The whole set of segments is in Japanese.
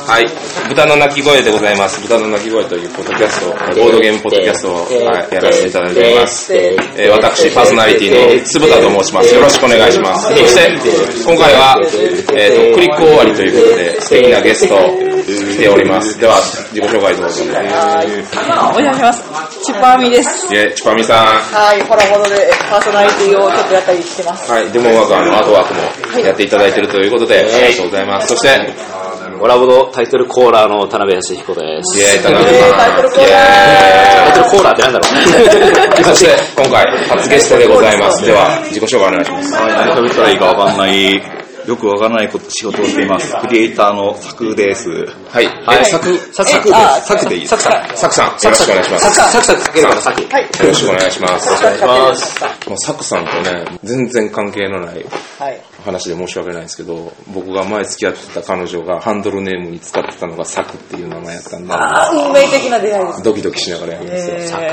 はい、豚の鳴き声でございます。豚の鳴き声というポッドキャスト、ボードゲームポッドキャストをやらせていただいています。私、パーソナリティのつぶたと申します。よろしくお願いします。そして、今回は、クリック終わりということで、素敵なゲスト来ております。では、自己紹介どうぞ。 お願いします。チュパミです。 チュパミさん。 はい、ホラボドでパーソナリティをちょっとやったりしてます。 はい、デモンワーカーのアートワークもやっていただいているということで、ありがとうございます。そして、 ホラボドタイトルコーラーの田辺康彦です。 田辺さん。 タイトルコーラー。 タイトルコーラーってなんだろう。 そして、今回、初ゲストでございます。では、自己紹介お願いします。 はい、何喋ったらいいかわかんない、よくわからない仕事をしています。クリエイターのサクです。 はい。サクです。 サクでいいですか？ サクさん。よろしくお願いします。 サクサクかけるからサク。 よろしくお願いします。 よろしくお願いします。 もうサクさんとね、全然関係のない話で申し訳ないんですけど、僕が前付き合ってた彼女がハンドルネームに使ってたのがサクっていう名前やったんで、 運命的な出会いです。 ドキドキしながらやりますよ。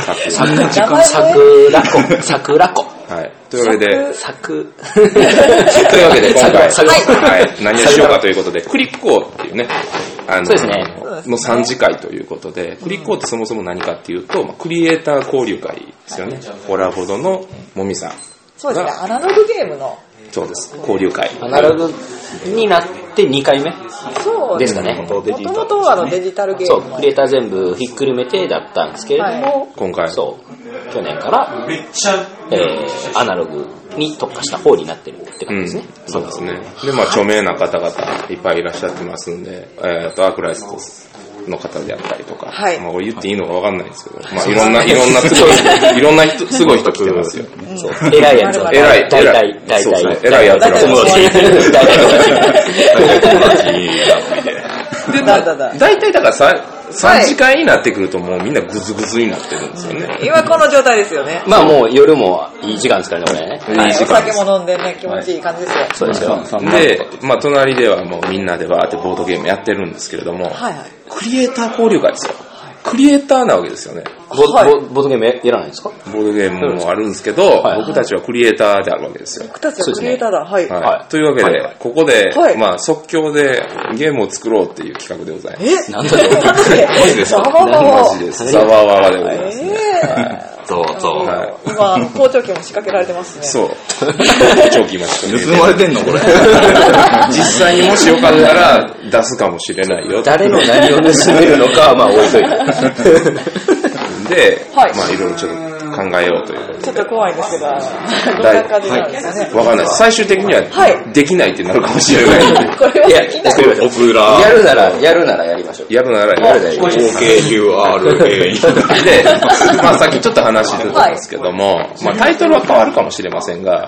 桜子。 はい。というわけで、というわけで今回、何をしようかということで、クリックコーっていうね、 そうですね。 の3次会ということで、クリックコーってそもそも何かっていうと、クリエイター交流会ですよね。ホラボドのもみさん。 そうですね、アナログゲームの。 そうです、交流会。 アナログになって2回目ですかね。 もともとはデジタルゲーム。 そう、クリエイター全部ひっくるめてだったんですけれども、 今回。 そう、去年から、アナログに特化した方になってるって感じですね。 そうですね。で、著名な方々いっぱいいらっしゃってますんで、アークライスの方であったりとか、俺言っていいのか分かんないんですけど、いろんなすごい人来てますよ。 偉いやつは偉いやつらも。大体だから3時間になってくるともうみんなグズグズになってるんですよね。 今この状態ですよね。 もう夜もいい時間ですからね、これね。 お酒も飲んでね、気持ちいい感じですよ。 そうですよ。 で、隣ではもうみんなでバーってボードゲームやってるんですけれども、クリエイター交流会ですよ。クリエイターなわけですよね。 ボードゲームやらないんですか？ ボードゲームもあるんですけど、僕たちはクリエイターであるわけですよ。 僕たちはクリエイターだ。はい。 というわけで、ここで、即興でゲームを作ろうっていう企画でございます。 なんだろう。 マジです。マジです。ザワワワでございますね。 そう。 今、盗聴器も仕掛けられてますね。 そう。盗聴器今仕掛け盗まれてんのこれ。 実際にもしよかったら出すかもしれないよ。 誰の何を盗めるのかは置いといて。 で、いろいろちょっと考えようということで。 ちょっと怖いですけど、どんな感じなんですかね。 わかんない。最終的にはできないってなるかもしれない。 これはできない。 オプラ。 やるならやりましょう。 やるならやる。 OKURA。 で、さっきちょっと話してたんですけども、タイトルは変わるかもしれませんが、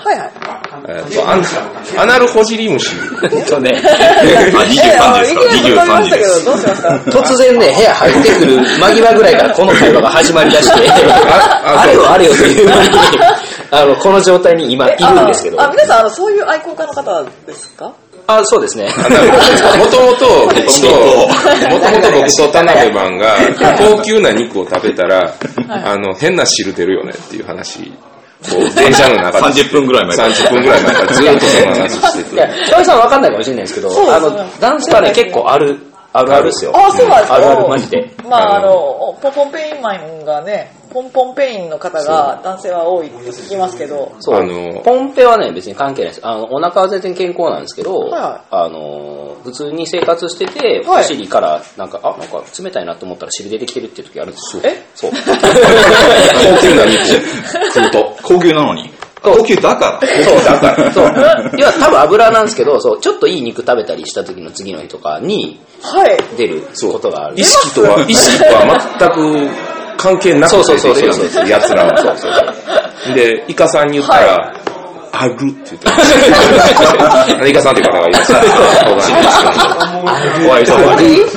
アナルホジリムシ。 23時ですか？ 23 時です。 どうしました？ 突然ね、部屋入ってくる間際ぐらいからこの会話が始まりだして、あれよという間に、この状態に今いるんですけど。 皆さん、そういう愛好家の方ですか？ そうですね。 もともと僕と田辺マンが高級な肉を食べたら、変な汁出るよねっていう話。電車の中で 30分ぐらい前からずっとその話してて。 いや、ひとりさんわかんないかもしれないですけど、男性はね、結構あるですよ。 そうなんですか？ あるマジで。 ポンポンペインマンがね、ポンポンペインの方が男性は多いって聞きますけど。 そう。ポンペはね、別に関係ないです。お腹は全然健康なんですけど、普通に生活してて、お尻からなんか冷たいなと思ったら尻出てきてるっていう時あるんですよ。そう。 高級な肉食うと。 高級なのに。高級だから。 そう。いや、多分油なんですけど、ちょっといい肉食べたりした時の次の日とかに、出ることがある。 意識とは全く関係なくて出てるんですよ、奴らは。で、イカさんに言ったら、あるって言ってました。イカさんって方がいらっしゃる。怖い人が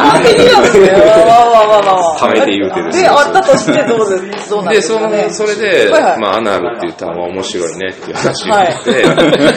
ためて言うてる。 で、あったとしてどうなんですかね。 で、それで、アナルって言ったら面白いねっていう話になって、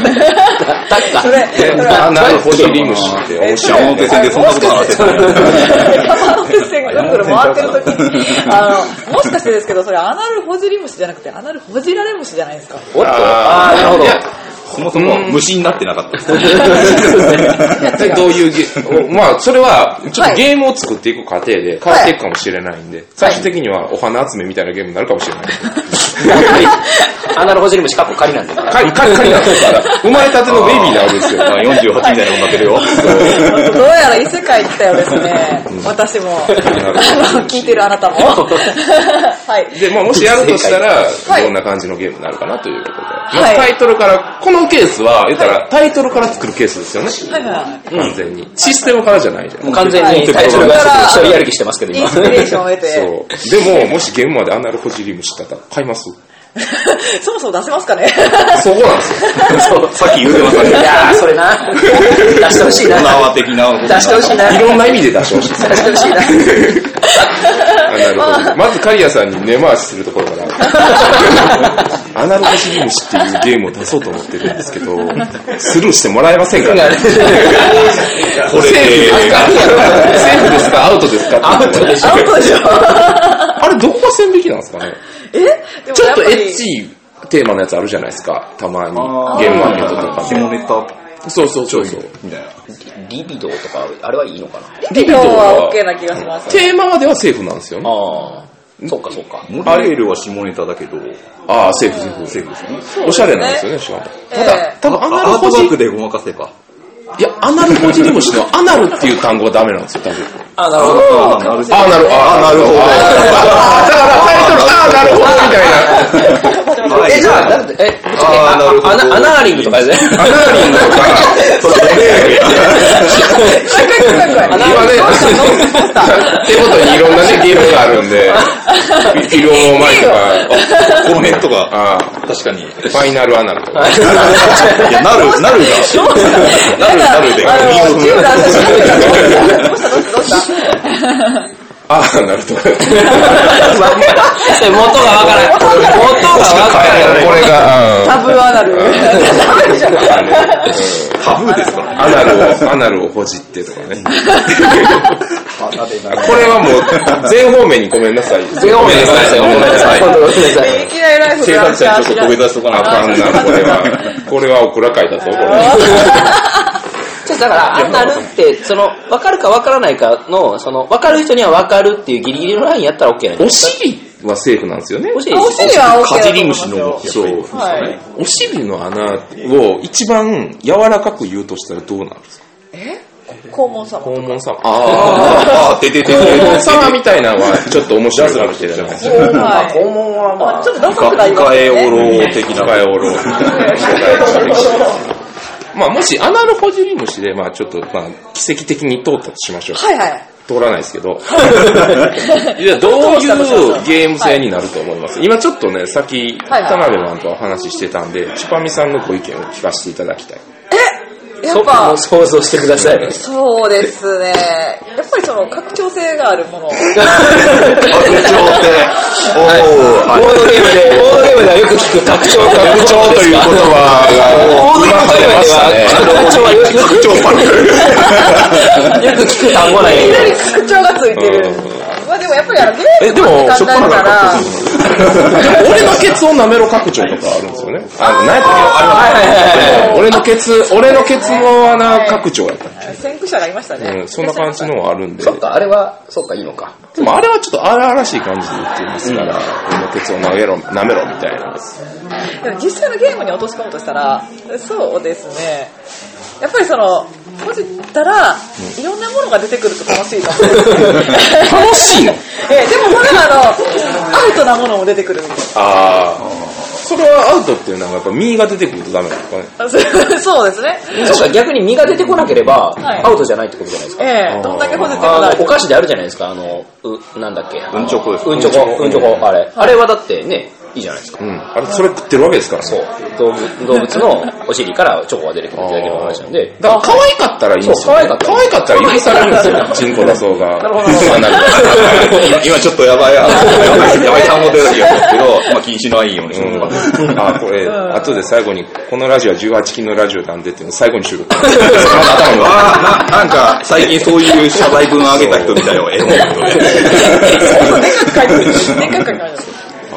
アナルホジリムシって面白い。 山手線でそんなことなってたね。 山手線ぐるぐる回ってる時に、もしかしてですけど、それアナルホジリムシじゃなくて、アナルホジラレムシじゃないですか。 なるほど。 そもそも虫になってなかった。 どういうまあ、それは、ちょっとゲームを作っていく過程で変わっていくかもしれないんで、最終的にはお花集めみたいなゲームになるかもしれない。 アナルホジリムシ仮なんで。 仮なんですから。生まれたてのベイビーなんですよ。 48みたいなもんなってるよ。 どうやら異世界行ったようですね。私も。聞いてるあなたも。はい。 で、まあ、もしやるとしたら、どんな感じのゲームになるかなということで。まあ、タイトルから、このケースは、言ったら、タイトルから作るケースですよね。はいはい。完全に。システムからじゃないじゃん。 もう完全にタイトルから一人歩きしてますけど、今。 インスピレーションを得て。 そう。でも、もしゲームまでアナルホジリムシだったら買います？ そもそも出せますかね。 そうなんですよ。 さっき言うてましたね。 いやー、それな。出してほしいな。 縄的な。 出してほしいな。 いろんな意味で出してほしい。 出してほしいな。 なるほど。まず刈谷さんに根回しするところから、アナルホジリムシっていうゲームを出そうと思ってるんですけど、スルーしてもらえませんかね。これ、セーフですかアウトですかアウトでしょ。 あれ、どこが線引きなんですかね。 でもちょっとエッチいテーマのやつあるじゃないですか、たまに。ゲームマーケットとか。 下ネタ。 そう。 みたいな。 リビドーとか、あれはいいのかな。 リビドーは OK な気がします。 テーマまではセーフなんですよね。 ああ。そうか。 モリエールは下ネタだけど。 ああ、セーフですね。おしゃれなんですよね、しかも。ただ、アナルホジアートバックでごまかせば。 いや、アナルホジリムシのアナルっていう単語はダメなんですよ、多分。 あ、なるほど。 なるほど。だからタイトル、なるほど、みたいな。 じゃあ、だって、アナーリングとかですね。 アナーリングとか。今ね、手元にいろんなね、ゲームがあるんで、フィルムマイとか、 この辺とか、確かに。 ファイナルアナルとか。 いや、なるが。なるで、 どうしたああ、なるとか。 元がわからない。 これが、 タブアナル。 タブーですかアナルをほじってとかね。これはもう、全方面にごめんなさい。 全方面にごめんなさい。ごめんなさい。 いきなりライフ警察さんちょっと飛び出しとかなあかんな、これはオクラ会だぞ、これ。 だから、アナルって、分かるか分からないかの、分かる人には分かるっていうギリギリのラインやったら OK なんですお尻はセーフなんですよね。 お尻は OK かじり虫の、 そう。お尻の穴を一番柔らかく言うとしたらどうなんですか？ 肛門様。 肛門様。肛門様みたいなのはちょっと面白いかもしれないですね。 肛門はまあ、 ちょっとダサくなりますね。 オロ的な。 まあ、もしアナルホジリムシで、まあちょっと、まあ、奇跡的に通ったとしましょう。通らないですけど。いや、どういうゲーム性になると思います？今ちょっとね、さっき、田辺マンとお話ししてたんで、チュパミさんのご意見を聞かせていただきたい。 やっぱ想像してください。 そうですね。やっぱり拡張性があるもの。 拡張性。ボードゲームではよく聞く拡張という言葉が今流行りましたね。 拡張パネル。 よく聞く単語なんやけど。 いきなり拡張がついてる。まあでもやっぱりゲームを考えたら。 俺のケツを舐めろ拡張とかあるんですよね。何やったっけ？俺のケツの穴拡張やったっけ？ 先駆者がいましたね。 そんな感じのはあるんで。 そっか、あれは、そっか、いいのか。 でもあれはちょっと荒々しい感じで言ってますから、俺のケツを舐めろみたいな。 でも実際のゲームに落とし込むとしたら、そうですね。やっぱりほじったら、いろんなものが出てくると楽しいと思うんですよ。 楽しいの？ でもそれはアウトなものも出てくるみたいな。 それはアウトっていうのはやっぱ身が出てくるとダメなんですかね。 そうですね。 そうか、逆に身が出てこなければ、アウトじゃないってことじゃないですか。 どんだけほじってもお菓子であるじゃないですか、なんだっけ。 うんちょこです。 うんちょこ、あれ。あれはだってね、いいじゃないですか。 あれ、それ食ってるわけですからね。 そう。動物のお尻からチョコが出てくるだけの話なんで。 だから可愛かったらいいんですよ。可愛かったら許されるんですよ。チンコ出そうが。なるほど。 今ちょっとやばい単語出た気がするけど、まあ禁止のいいようにしようかな。 これ、後で最後に、このラジオは18禁のラジオなんでっていうのを最後に収録。 なんか、最近そういう謝罪文あげた人みたいよ、絵本の人で。 でっかく書いてます。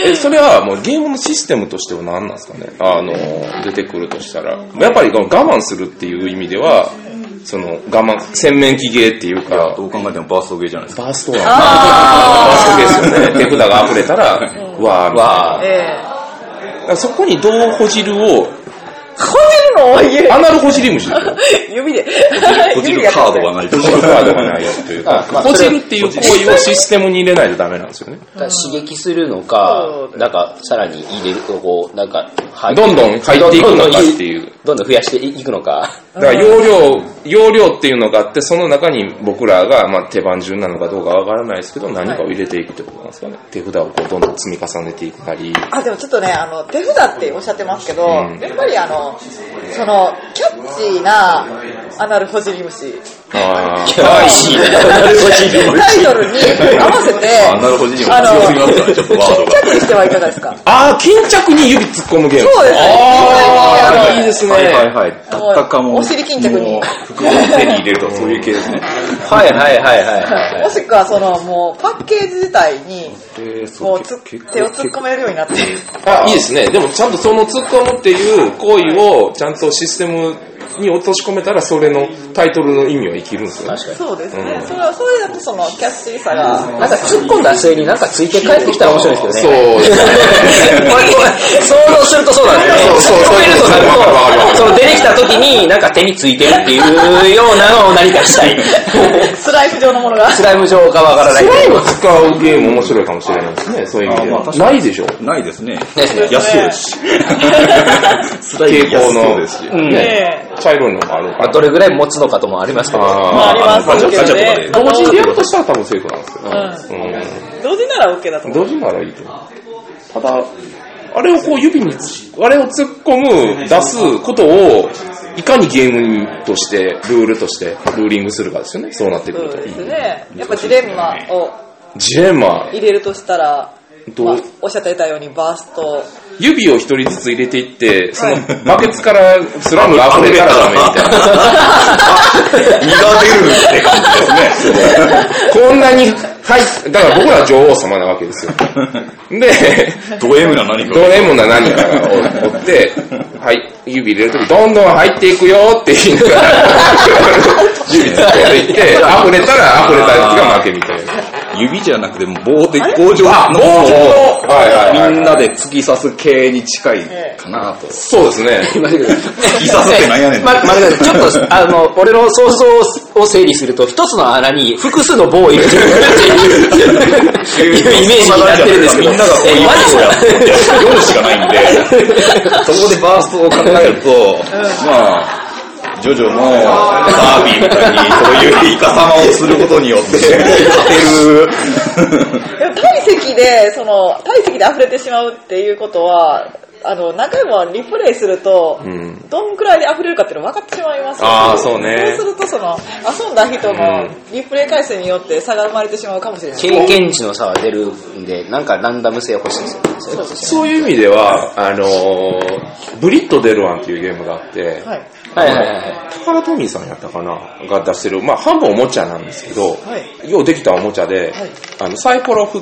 それはもうゲームのシステムとしては何なんですかね。出てくるとしたら。やっぱり我慢するっていう意味では、その洗面器ゲーっていうか。 どう考えてもバーストゲーじゃないですか。 バーストなんだ。バーストゲーですよね。手札が溢れたら、わー。そこにどうほじるを、 ほじるのアナルほじり虫指で。 ほじるカードがないと。 ほじるカードがないというか、ほじるっていう行為をシステムに入れないとダメなんですよね。 刺激するのか、なんかさらに入れるとこう、なんかどんどん入っていくのかっていう。 どんどん増やしていくのか。 だから容量っていうのがあって、その中に僕らが、手番順なのかどうかわからないですけど、何かを入れていくってことなんですかね。手札をこうどんどん積み重ねていくなり。 でもちょっとね、手札っておっしゃってますけど、やっぱりその、キャッチーなアナルほじり虫。 キャッチーなアナルほじり虫。 タイトルに合わせて、 アナルほじり虫強すぎますからね、ちょっとワードが。 巾着にしてはいかがですか？ 巾着に指突っ込むゲーム。 そうですね。 いいですね。 はい。たったかも。 お尻巾着に。 袋を手に入れるとそういう系ですね。 はい。 もしくはもうパッケージ自体に、もう手を突っ込めるようになっている。 いいですね。でもちゃんとその突っ込むっていう行為をちゃんとシステムに落とし込めたら、それのタイトルの意味は生きるんですよね。 そうですね。それだとそのキャッチーさが。 なんか突っ込んだ末になんかついて帰ってきたら面白いですけどね。 そうですね。 想像するとそうなんですね。そういうとなると、その出てきた時になんか手についてるっていうようなのを何かしたい。 スライム状のものが。 スライム状かわからないけど。 スライムを使うゲーム面白いかもしれないですね。そういう意味では。ないでしょ。 ないですね。 安そうですし。 蛍光のですし。 茶色いのもあるから。 どれぐらい持つのかともありますけど。 ありますけどね。 同時にやるとしたら多分セーフなんですよ。 同時なら OK だと思う。 同時ならいいと思う。ただ、あれをこう指に、あれを突っ込む、出すことを、いかにゲームとして、ルールとして、ルーリングするかですよね。そうなってくると。 そうですね。やっぱジレンマを入れるとしたら、おっしゃっていたようにバースト。 指を一人ずつ入れていって、そのバケツからスラムが溢れたらダメみたいな。 身が出るって感じですね。 こんなに、だから僕らは女王様なわけですよ。で、 ド M な何か。 ド M な何かを追って、指入れるときどんどん入っていくよって言いながら、指突っ込んでいって、溢れたら溢れたやつが負けみたいな。 指じゃなくても棒で、棒状の、 みんなで突き刺す系に近いかなと。 そうですね。 突き刺すって何やねん。 ちょっと、俺の想像を整理すると、一つの穴に複数の棒を入れてるっていうイメージになってるんですけど、 みんながこういうことをやって夜しかないんで、そこでバーストを考えると、ジョジョのバービーみたいにそういうイカ様をすることによって勝てる。 体積で溢れてしまうっていうことは、何回もリプレイすると、どんくらいで溢れるかっていうの分かってしまいますよね。 そうね。 そうすると遊んだ人のリプレイ回数によって差が生まれてしまうかもしれない。 経験値の差は出るんで、なんかランダム性欲しいですよね。 そういう意味では、ブリッド・デルワンっていうゲームがあって、タカラトミーさんやったかなが出してる、半分おもちゃなんですけど、ようできたおもちゃで、サイコロを振って、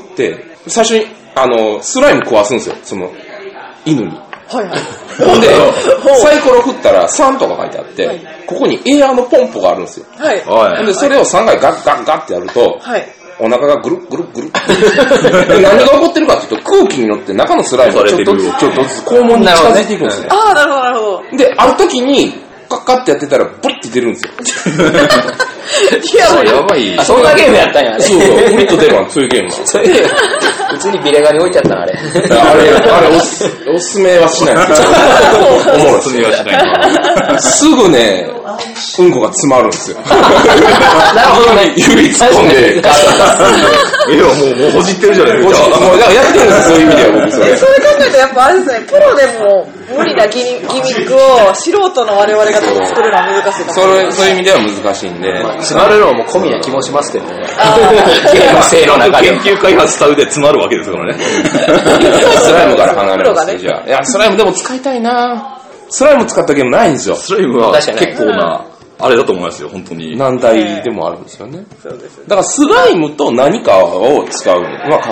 最初に、スライム壊すんですよ、その、犬に。ほんで、サイコロ振ったら3とか書いてあって、ここにエアーのポンポがあるんですよ。ほんで、それを3回ガッガッガッってやると、お腹がぐるぐるぐるって何が起こってるかっていうと、空気に乗って中のスライムがちょっとずつ肛門に近づいていくんですね。 なるほど、なるほど。 で、ある時に、カッカってやってたら、ブリって出るんですよ。 やばい。 そんなゲームやったんやね。 そう、ブリッと出るわ、そういうゲーム普通にビレガに置いちゃったな、あれ。 あれ、おすすめはしないですけど、 おすすめはしない。 すぐね、うんこが詰まるんですよ。 なるほどね。 指突っ込んで、ガッもうほじってるじゃないですか。 もうやってるんですそういう意味では僕それ。 それ考えるとやっぱあれですね、プロでも無理なギミックを素人の我々が作るのは難しいかもしれない。 そういう意味では難しいんで。 詰まるのも込みな気もしますけどね。ゲーム性の中で。 研究開発した上で詰まるわけですからね。 スライムから離れますね、じゃあ。いや、スライムでも使いたいなスライム使ったゲームないんですよ。 スライムは結構な、あれだと思いますよ、本当に。 難題でもあるんですよね。 そうです。 だからスライムと何かを使うのはか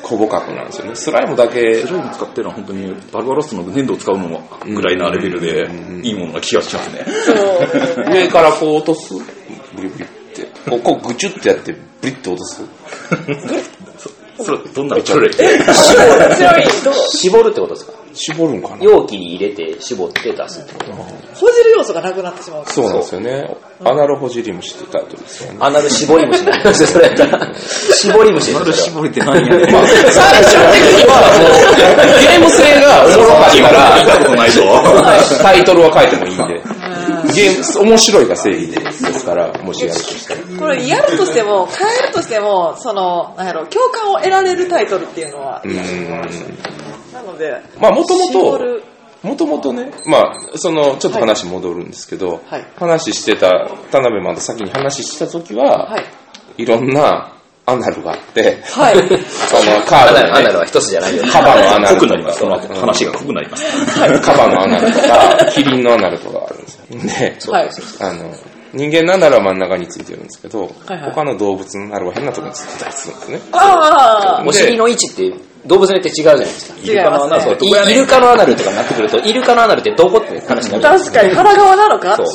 ほぼ角なんですよね。スライムだけ。 スライム使ってるのは本当にバルバロスの粘土を使うのぐらいなレベルでいいものな気がしますね。 上からこう落とす。ブリブリって。こうぐちゅってやってブリって落とす。 それどんな種類？ 絞るってことですか？ 絞るんかな。 容器に入れて絞って出すってこと。 ほじる要素がなくなってしまう。 そうなんですよね。アナルほじり虫ってタイトルですよね。 アナル絞り虫なんですよ、それやったら。絞り虫です。 アナル絞りって何やねん。 最終的にはもう、ゲーム性がおもろかったら、 見たことないぞ。 タイトルは書いてもいいんで。ゲーム、面白いが正義ですから、もしやるとしても。 これやるとしても、変えるとしても、なんやろ、共感を得られるタイトルっていうのは。なので、 まあ、もともとね、まあ、ちょっと話戻るんですけど、 はい、 話してた、田辺マンと先に話したときは、はい、いろんなアナルがあって、 はい、 カード、ね、 アナルは一つじゃないよ。 カバのアナル濃くなります。その話が濃くなります。 カバのアナルとか、キリンのアナルとかあるんですよ。で、はい、人間のアナルは真ん中についてるんですけど、はいはい、他の動物のアナルは変なところについてたりするんですね。 お尻の位置って動物によって違うじゃないですか。 イルカのアナル、 イルカのアナルとかになってくると、イルカのアナルってどこって話になる。 確かに腹側なのか。 そう。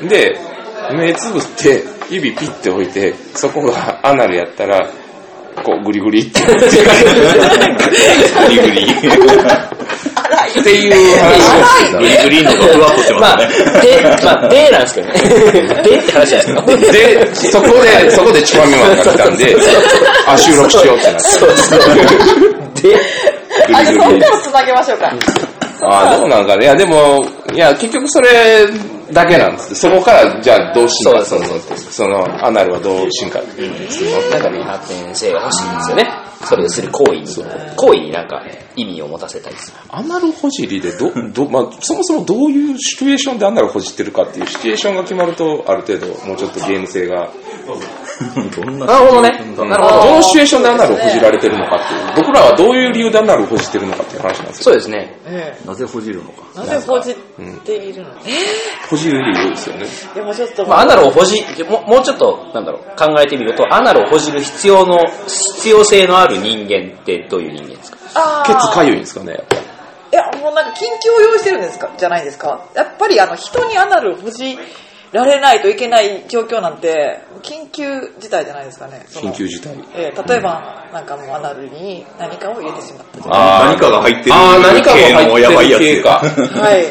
で、目つぶって指ピッて置いて、そこがアナルやったら、こうグリグリってグリグリっていう話。 グリグリのがふわっとしてますね。 まあ、でなんですけどね。でって話ですけど。 で、そこでチュワミマンが来たんで、収録しようってなって。そうで、じゃあそっから繋げましょうか。 どうなんかね。いや、結局それだけなんです。そこから、じゃあどう進化するのって。その、アナルはどう進化するのなんかね、発展性が欲しいんですよね。それをする行為になんか意味を持たせたいです。 アナルほじりでまあ、そもそもどういうシチュエーションでアナルをほじってるかっていうシチュエーションが決まると、ある程度もうちょっとゲーム性が。 なるほどね。 どのシチュエーションでアナルをほじられてるのかっていう。僕らはどういう理由でアナルをほじってるのかっていう話なんですよ。 そうですね。 なぜほじるのか。 なぜほじっているの？ ほじる理由ですよね。 でもちょっと、 アナルをほじ、もうちょっと、考えてみると、アナルをほじる必要性のある人間ってどういう人間ですか？ ケツかゆいんですかね。 いや、もうなんか緊急を用意してるんですかじゃないですか。やっぱり人にアナルをほじられないといけない状況なんて緊急事態じゃないですかね。 緊急事態。 例えばなんかもうアナルに何かを入れてしまった。 何かが入ってる。 何かが入ってるやばいやつか。はい。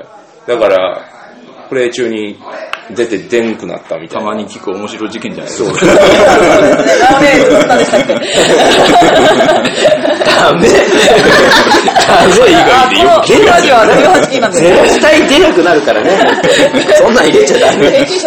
だからプレイ中に出て出んくなったみたいな。 たまに聞く面白い事件じゃないですか。 そうですね。ダメ以外でよく聞くやつ。 は18禁なんですよ。 絶対出なくなるからね。そんなん入れちゃダメ。 経験者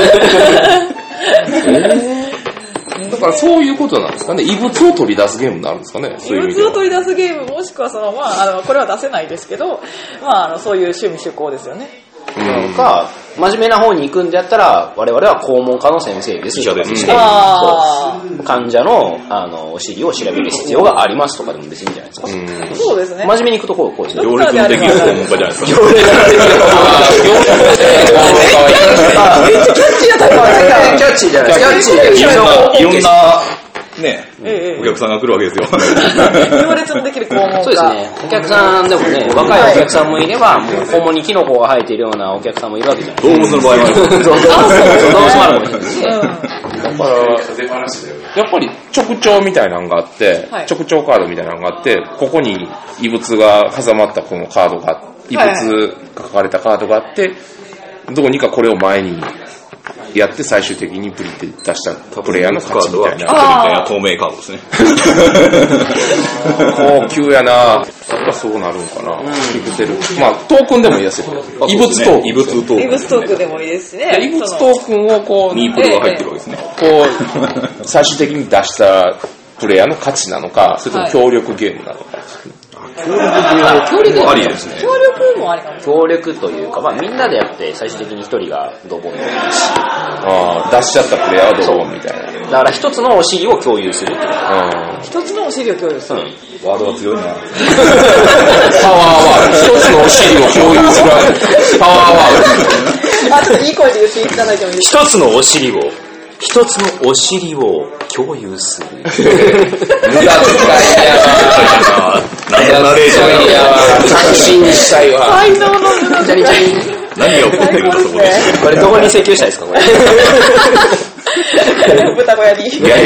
ですね。だからそういうことなんですかね。異物を取り出すゲームになるんですかね。 異物を取り出すゲーム、もしくはこれは出せないですけど、そういう趣味趣向ですよね。 か、真面目な方に行くんであったら、我々は肛門科の先生です。 医者です。 患者の、お尻を調べる必要がありますとかでも別にいいんじゃないですか。 そうですね。 真面目に行くとこうですね。 行列のできる肛門科じゃないですか。 行列のできるめっちゃキャッチーなタイプなんですか。 キャッチーじゃないですか。 いろんな、ね、お客さんが来るわけですよ。 行列のできる肛門科。 そうですね。お客さんでもね、若いお客さんもいれば、もう肛門にキノコが生えているようなお客さんもいるわけじゃないですか。 動物の場合はある。 動物もあるかもしれないですね。 だから、やっぱり直腸みたいなのがあって、直腸カードみたいなのがあって、ここに異物が挟まったこのカードが、異物が書かれたカードがあって、どうにかこれを前にやって最終的にプリって出したプレイヤーの勝ちみたいな。 透明カードですね。 高級やな。やっぱそうなるんかな。まあトークンでもいいですよ。異物トークン。 異物トークンでもいいですね。 異物トークンをこう、 ミープルが入ってるわけですね。 こう、最終的に出したプレイヤーの勝ちなのか、それとも協力ゲームなのか。 協力ありですね。 協力もありかも。 協力というか、みんなでやって最終的に一人がドボンでもいいし。 出しちゃったプレイヤーはドボンみたいな。 だから一つのお尻を共有するっていう。 一つのお尻を共有する。 ワードが強いな。 パワーワード。一つのお尻を共有するパワーワード。 ちょっといい声で言っていただいてもいいですか。 一つのお尻を一つのお尻を共有する。無駄遣いやわ。ナレーションやわ。確信したいわ。 才能の無駄遣い。 何が起こってるのそこで。 これどこに請求したいですかこれ。 豚小屋に。 いや。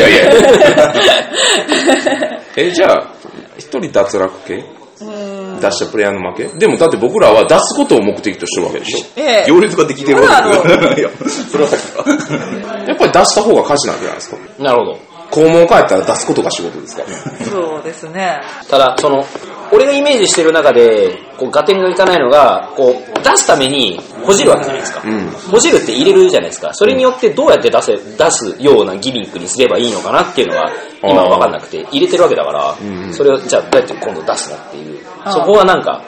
じゃあ、一人脱落系出したプレイヤーの負けでもだって僕らは出すことを目的としてるわけでしょ。 行列ができてるわけです。それはさっきか。 やっぱり出した方が価値なんじゃないですか。 なるほど。 肛門帰ったら出すことが仕事ですからね。 そうですね。 ただ、俺がイメージしてる中で、合点がいかないのが、出すために、ほじるわけじゃないですか。ほじるって入れるじゃないですか。それによってどうやって出すようなギミックにすればいいのかなっていうのが、今わかんなくて、入れてるわけだから、それを、じゃあどうやって今度出すのっていう。そこはなんか。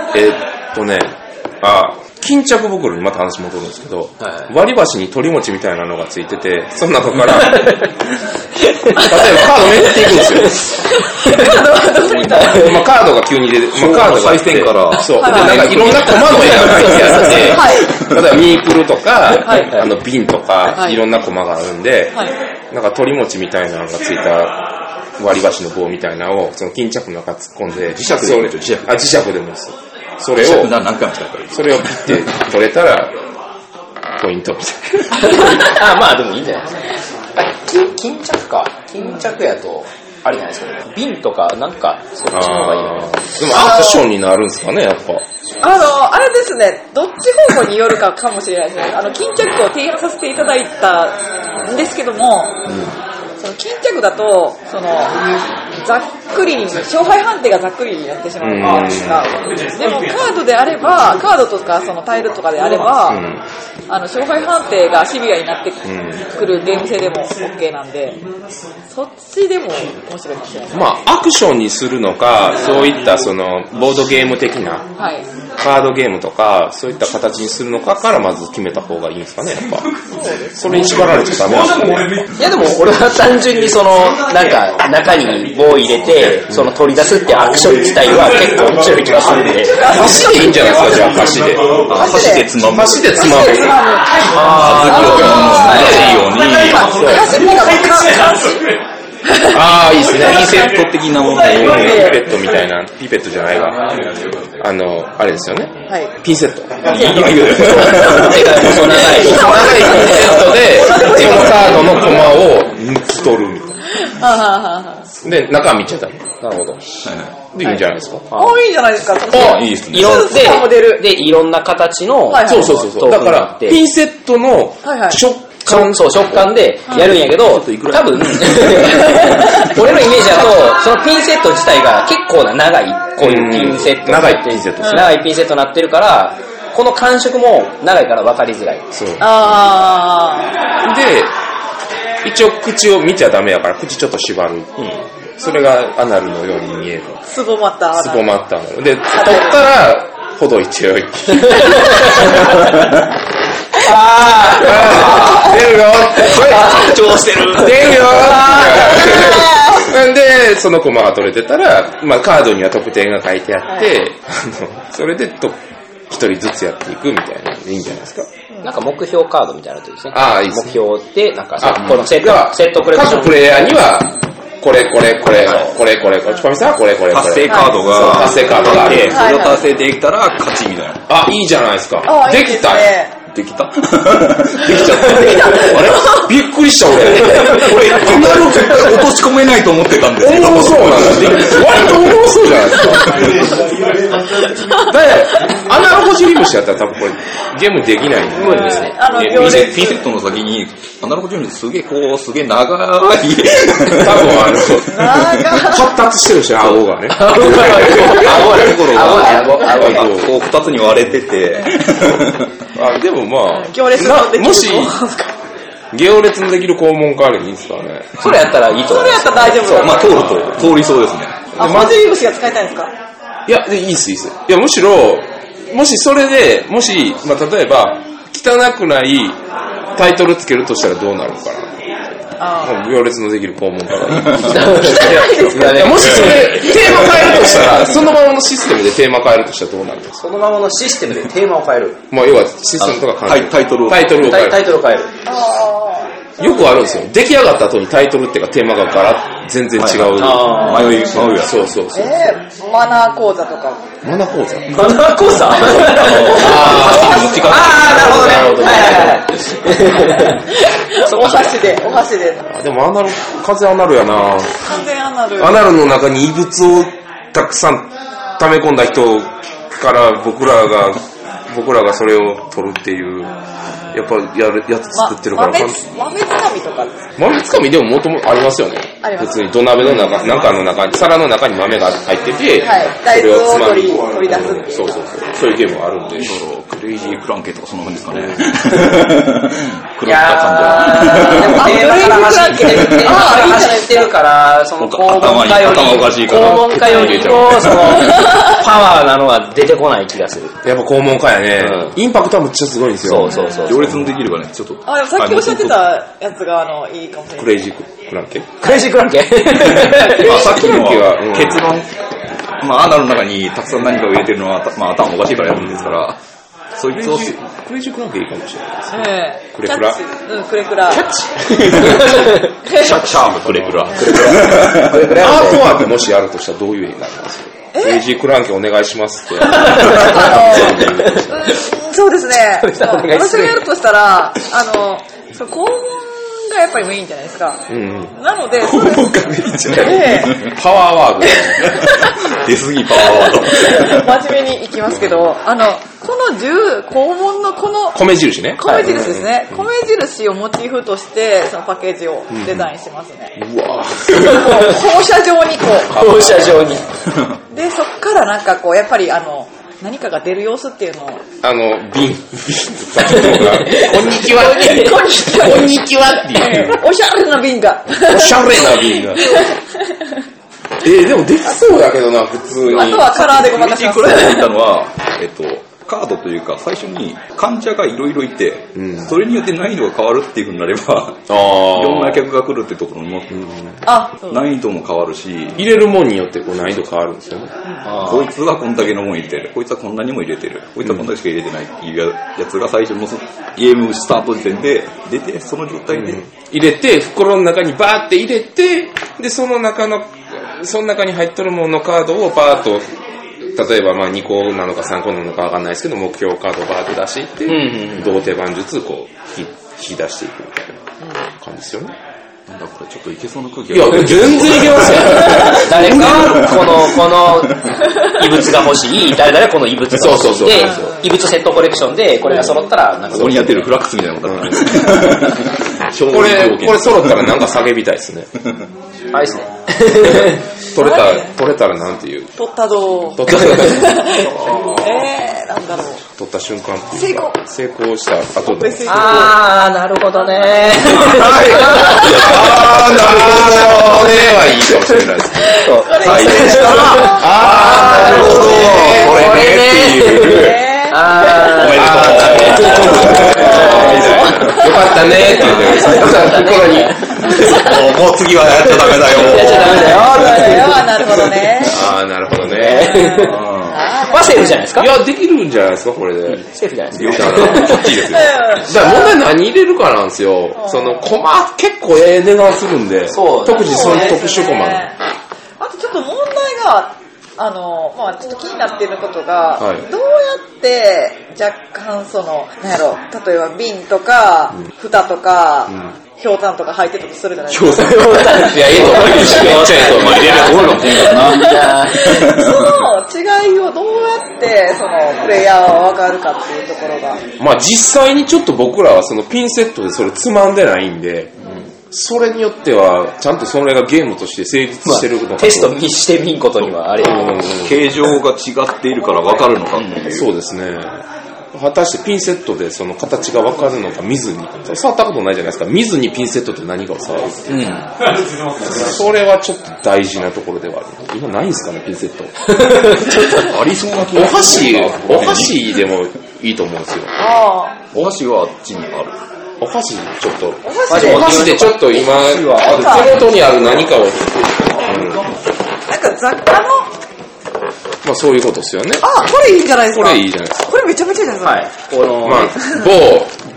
巾着袋にまた話戻るんですけど、割り箸に鳥餅みたいなのがついてて、その中から、例えばカードめくっていくんですよ。カードが急に出て、カードが再生から、 そう。で、なんかいろんなコマの絵が書いてあって、例えばミープルとか、瓶とか、いろんなコマがあるんで、なんか鳥餅みたいなのがついた割り箸の棒みたいなのを、その巾着の中突っ込んで、 磁石でもいいですよ。 磁石でもいいです。それをピッて取れたらポイントみたいな。 まあでもいいんじゃないですか。巾着か。巾着やとあれじゃないですかね。瓶とかなんかそっちの方がいいのかな。 でもアクションになるんですかね、やっぱ。 あれですね、どっち方向によるかもしれないですね。巾着を提案させていただいたんですけども、その巾着だとざっくりに勝敗判定がざっくりになってしまうじゃないですか。でもカードであれば、カードとかそのタイルとかであれば、勝敗判定がシビアになってくるゲーム性でも OK なんで、そっちでも面白いかもしれない。 まあアクションにするのか、そういったそのボードゲーム的なカードゲームとかそういった形にするのかからまず決めた方がいいんですかね、やっぱ。それに縛られちゃダメなんですね。 いやでも俺は単純になんか中に棒を入れて取り出すってアクション自体は結構面白い気がするんで。 箸でいいんじゃないですか、じゃあ箸で。 箸でつまむ。 箸でつまむ。いいですね。ピンセット的なもの。ピペットみたいな。ピペットじゃないわ。あれですよね。ピンセット。長いピンセットで、そのカードのコマを抜き取るみたいな。で、中見ちゃった。なるほど。で、いいんじゃないですか。 いいじゃないですか。 いいですね。 いろんな形の、 そう。だから、ピンセットの食感でやるんやけど、多分、俺のイメージだと、そのピンセット自体が結構な長い、こういうピンセット。 長いピンセット。 長いピンセットになってるから、この感触も長いから分かりづらい。 そう。で、一応口を見ちゃダメやから口ちょっと縛る。それがアナルのように見える。 すぼまったアナル。で、取ったら、ほどいてよい。出るよ調してる出るよなんで、そのコマが取れてたら、カードには得点が書いてあって、それで一人ずつやっていくみたいなでいいんじゃないですか。 なんか目標カードみたいなのとですね。 いいですね。 目標で、なんかこのセットコレクション。 各プレイヤーには、これ、チュパミさんはこれ。 達成カードがあって、 それを達成できたら勝ちみたいな。 いいじゃないですか。できたできたできちゃった。あれびっくりした俺。 アナログ落とし込めないと思ってたんですけど。 おもろそうなんだ。割とおもろそうじゃないですか。アナログジリムシやったら多分これゲームできないんで。 無理ですね。 ピンセットの先にアナログジリムシすげえ長い。 多分発達してるし、顎がね。顎がこう二つに割れてて。 でも行列のできるもし行列のできる肛門カードいいんですかね。 それやったらいいと思う。 それやったら大丈夫だ。 通りそうですね。 マジリムシが使いたいんですか。 いや、いいっす。いや、むしろもしそれで例えば汚くないタイトルつけるとしたらどうなるのかな。行列のできる肛門カード。もしそれテーマ変えるとしたら、そのままのシステムでテーマ変えるとしたらどうなるんですか。 そのままのシステムでテーマを変える。 要はシステムとかタイトルを変える。 よくあるんですよ。出来上がった後にタイトルっていうかテーマがガラッ全然違う。 迷うやつ。 そうそうそう。 マナー講座とか。 マナー講座マナー講座ああ、なるほどね。 お箸で。 でもアナル、完全アナルやな。 完全アナル。 アナルの中に異物をたくさん溜め込んだ人から僕らがそれを取るっていう、やっぱやつ作ってるから。 豆つかみとか。 豆つかみでも元々ありますよね。 あります。 別に土鍋の中、なんかの中に、皿の中に豆が入ってて、 はい。大豆を取り出すっていう。 そう。そういうゲームがあるんで。 クレイジークランケとかそんな感じですかね。 いやー、でもテーマから走ってるから、その肛門家よりも、その、パワーなのは出てこない気がする。 やっぱ肛門家やね。インパクトはむっちゃすごいんですよ。 そう。 行列のできるかね、ちょっと。 でもさっきおっしゃってたやつが、いいかもしれない。 クレイジークランケクレイジークランケさっきのは結論、アナルの中にたくさん何かを入れてるのは、頭おかしいからやるんですから、そいつを。 クレイジークランケいいかもしれないですね。 クレクラ。クレクラ。 シャープクレクラ。 アートワークもしやるとしたらどういう絵になりますか？クレイジークランケお願いしますって。 そうですね。私がやるとしたら、肛門がやっぱりメインじゃないですか。なので、 肛門がメインじゃない。パワーワード。 出すぎパワーワード。真面目にいきますけど、この肛門のこの米印ね。 米印ですね。米印をモチーフとして、そのパッケージをデザインしてますね。 うわ放射状に放射状に。 で、そっからなんかやっぱり何かが出る様子っていうのを。 瓶とか、こんにちはっていう。こんにちはっていう。 おしゃれな瓶が。 おしゃれな瓶が。でもできそうだけどな、普通に。 あとはカラーでごまかします。 これで言ったのは、カードというか、最初に患者がいろいろいて、それによって難易度が変わるっていう風になれば、いろんな客が来るってところも、難易度も変わるし、 入れるもんによって難易度変わるんですよね。 こいつはこんだけのもん入れてる、こいつはこんなにも入れてる、こいつはこんだけしか入れてないっていうやつが最初のゲームスタート時点で出て、その状態で、 入れて、袋の中にバーって入れて、で、その中に入っとるもののカードをバーっと、例えば2個なのか3個なのかわかんないですけど、目標カードをバーって出していって、同手番術引き出していくみたいな感じですよね。 なんだこれちょっといけそうな空気が。いや、全然いけますよ。 誰か、この異物が欲しい、誰この異物が欲しい。で、異物セットコレクションで、これが揃ったら、 そこにやってるフラックスみたいなことだからね。 これ揃ったらなんか叫びたいですね。 あれですね。 取れたらなんていう。 取ったぞー。 取ったなんだろう。 取った瞬間っていうか。成功した後で。 なるほどね。 なるほどねはいいかもしれないですね。 再現したら、なるほど。これねっていう。おめでとう。 よかったねって言って、心に。 もう次はやっちゃダメだよ。 なるほどね。 なるほどね。 セーフじゃないですか？ いや、できるんじゃないですか、これで。 セーフじゃないですか。 いいですよ。じゃあ問題何入れるかなんですよ。コマ、結構値段するんで。特にその特殊コマ。 あとちょっと問題が、ちょっと気になっていることが、どうやって若干例えば瓶とか、蓋とか、ひょうたんとか入ってたとするじゃないですか。 いや、いいと思う。めっちゃいいと思う。入れるところかもしれないその違いをどうやって、プレイヤーは分かるかっていうところが。 実際にちょっと僕らはピンセットでそれつまんでないんで、それによっては、ちゃんとそれがゲームとして成立してるのか、 テストしてみんことにはあれ形状が違っているから分かるのかっていう。 そうですね。果たしてピンセットでその形が分かるのか見ずに、触ったことないじゃないですか。見ずにピンセットって何かを触るっていう。それはちょっと大事なところではある。今ないんですかね、ピンセット。 ちょっとありそうな気がする。 お箸でもいいと思うんですよ。 お箸はあっちにある。 お箸ちょっと。お箸でちょっと今、手元にある何かを。 なんか雑貨の。 そういうことですよね。 これいいんじゃないですか。 これいいじゃないですか。 これめちゃめちゃいいじゃないですか。 某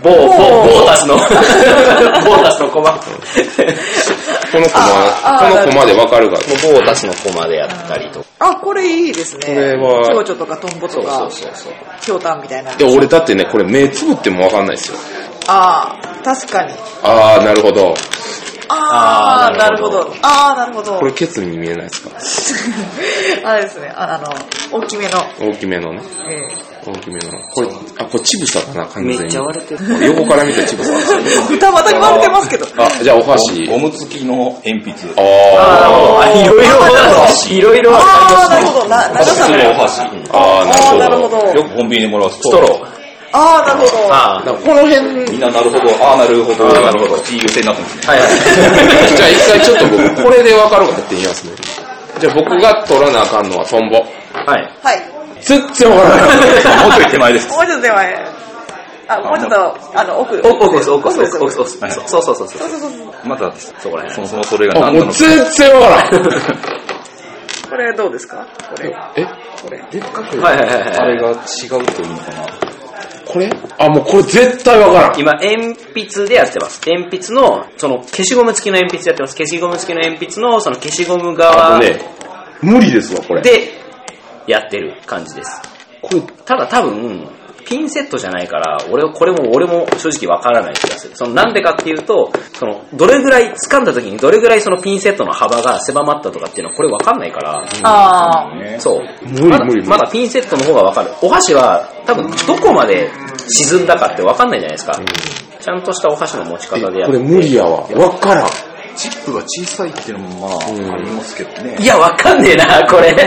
ボータスのコマ。 このコマでわかるか。 ボータスのコマでやったりとか。 あ、これいいですね。 これは蝶々とかトンボとか、ひょうたんみたいな。 いや、俺だってね、これ目つぶってもわかんないですよ。 ああ、確かに。 あー、なるほど。 ああ、なるほど。ああ、なるほど。 これケツに見えないですか？ あれですね、大きめの。 大きめのね。大きめの。これチブサかな、完全に。 めっちゃ割れてる。 横から見たチブサですよね。 二股に割れてますけど。 あ、じゃあお箸。 ゴム付きの鉛筆。 ああ、いろいろ。 ああ、なるほど。長さが。 お箸。 あー、なるほど。 よくコンビニでもらうスストロー。 ああ、なるほど。 あこの辺。 みんななるほど、なるほど、なるほど。口優勢になってますね。 はいはい。 じゃあ一回ちょっと僕、これでわかるかって言いますね。じゃあ僕が取らなあかんのはトンボ。 はい。 はい。 全然わからない。 もうちょい手前です。 もうちょっと手前。あ、もうちょっと、奥です。 奥です。そう。 また、 そこら辺。 そもそもそれがあ、 何なのか。 もう全然わからん。 これどうですか？これ。 これ、でっかく、 はい。 あれが違うといいのかな。 これ？あ、もうこれ絶対わからん。 今、鉛筆でやってます。鉛筆の、消しゴム付きの鉛筆でやってます。消しゴム付きの鉛筆の、消しゴム側で無理ですわ、これ。 やってる感じです。 これ、 ただ多分、ピンセットじゃないから、俺も正直わからない気がする。なんでかっていうと、どれぐらい、掴んだ時にどれぐらいそのピンセットの幅が狭まったとかっていうのはこれわかんないから、 ああ。 そう。 無理。 まだピンセットの方がわかる。お箸は多分どこまで沈んだかってわかんないじゃないですか。ちゃんとしたお箸の持ち方でやって。 これ無理やわ。わからん。 チップが小さいっていうのもありますけどね。 いや、わかんねえな、これ。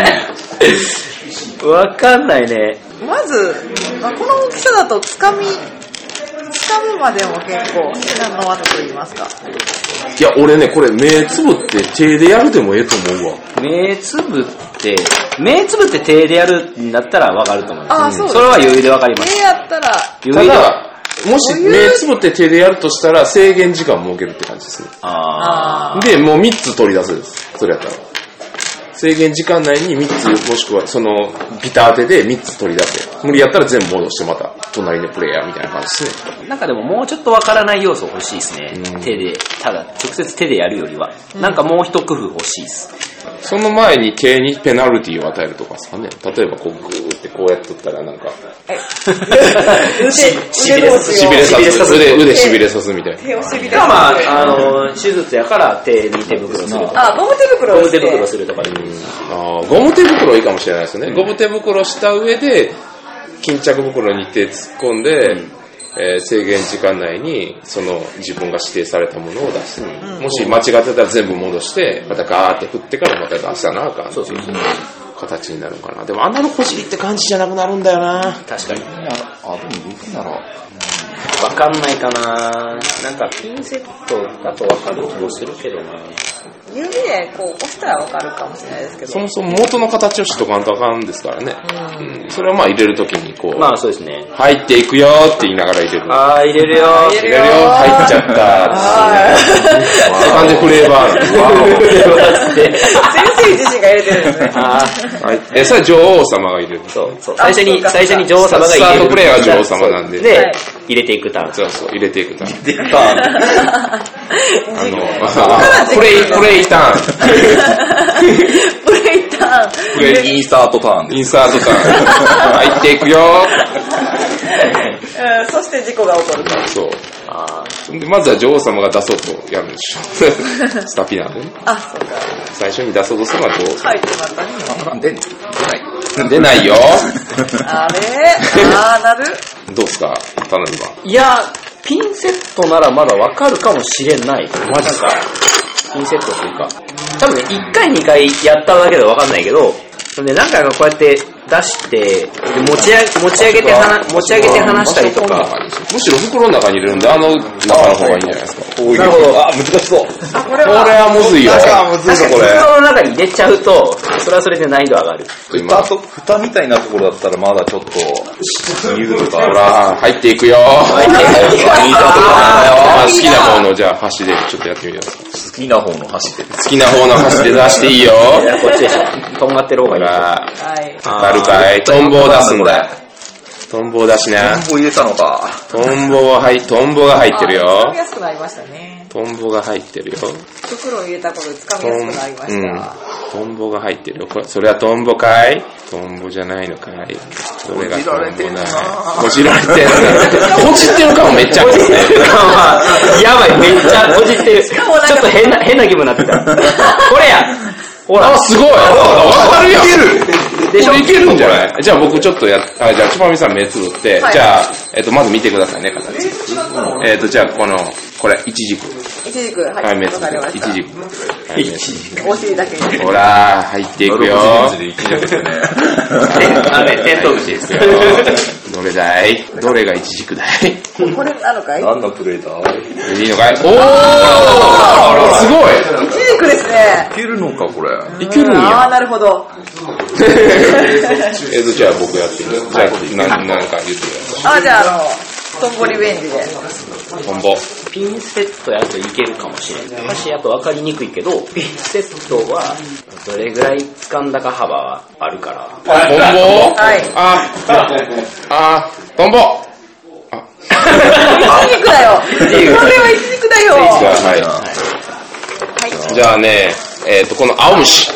わかんないね。 まず、この大きさだと掴むまでも結構至難の技と言いますか。 いや、俺ね、これ目つぶって手でやるでもええと思うわ。 目つぶって手でやるんだったらわかると思います。 ああ、そうです。 それは余裕でわかります。 手やったら、 余裕で。 ただ、もし目つぶって手でやるとしたら制限時間設けるって感じですね。で、もう3つ取り出すです。それやったら。制限時間内に3つ、もしくはビタ当てで3つ取り出せ。無理やったら全部戻してまた隣のプレイヤーみたいな感じですね。 なんかでももうちょっとわからない要素欲しいですね。ただ直接手でやるよりは。なんかもう一工夫欲しいです。 その前に手にペナルティを与えるとかですかね。例えばこうグーってこうやっとったらなんか。腕しびれさすみたいな。 手をしびれまあ、手術やから手に手袋するとか。 あ、ゴム手袋をして。 ゴム手袋するとかでもいい。 ゴム手袋いいかもしれないですね。ゴム手袋した上で、巾着袋に手突っ込んで、制限時間内に自分が指定されたものを出す。もし間違ってたら全部戻して、またガーって振ってからまた出したなあかんっていう形になるのかな。でもあんなの小尻って感じじゃなくなるんだよな。 確かに。 でもいくなら。 わかんないかな。なんかピンセットだとわかる気もするけどな。 指でこう押したらわかるかもしれないですけど。 そもそも元の形をしとかんとあかんですからね。それはまあ入れるときにこう。 まあそうですね。 入っていくよって言いながら入れる。 あー入れるよ入れるよ入っちゃった完全フレーバー先生自身が入れてるんですね。 それは女王様が入れる。 そう。最初に女王様が入れる。 スタートプレイヤーは女王様なんで。 で、入れていくターン。 そう、入れていくターン。 でかプレイターン。 プレイインサートターン。 インサートターン。入っていくよそして事故が起こると。 そう。でまずは女王様が出そうとやるんでしょ。スタピナーでね。 あ、そうか。 最初に出そうとするのは女王様。 入ってまったね。 出ないよ。 あれなるどうすか頼みは。 いや、ピンセットならまだわかるかもしれない。 マジか。 ピンセットっていうか。多分ね、1回2回やっただけでわかんないけど、何回かこうやって出して、持ち上げて離したりとか。 むしろ袋の中に入れるんで、中の方がいいんじゃないですか。 なるほど。 難しそう。 これはむずいよ。 むずいぞこれ。 袋の中に入れちゃうと、それはそれで難易度上がる。 蓋みたいなところだったらまだちょっと、言うとか。 ほら、入っていくよ。 入っていくよ。 好きな方の、じゃあ箸でちょっとやってみてください。 好きな方の箸で。 好きな方の箸で出していいよ。 いや、こっちでしょ。とんがってる方がいい。 当たるかい。トンボを出すんだよ。 トトンボだしな。 トンボ入れたのか。 トンボが入ってるよ掴。みやすくなりましたね。 トンボが入ってるよ。 袋を入れたことで掴みやすくなりました。 トンボが入ってるよ。それはトンボかい？トンボじゃないのかい？それがトンボだ。こじられてるな。こじってるかもめっちゃ。 やばい、めっちゃこじってる。ちょっと変な気分になってた。これや。ほら。 あ、すごい。わかるやん。 でしょ？ これいけるんじゃない？じゃあ僕ちょっとじゃあちぱみさん目つぶって、じゃあまず見てくださいね、形。じゃあこれ、イチジク。 イチジク、はい、 目つぶって。イチジク。 お尻だけに。 ほら、入っていくよ。 テントウムシですよ。 どれだい？どれがイチジクだい？ これなのかい？ 何のプレーだいいのかい？おー！すごい！ イチジクですね。 いけるのか、これ。 いけるんや。 あー、なるほど。 じゃあ僕やってみる。じゃあ、なんか言ってください。 じゃあトンボリベンジで。 トンボ。 ピンセットやといけるかもしれない。私やと分かりにくいけど、ピンセットはどれぐらい掴んだか幅はあるから。 トンボ？ はい。 トンボ！ イチジクだよ。これはイチジクだよ。 はい。じゃあね、この青虫。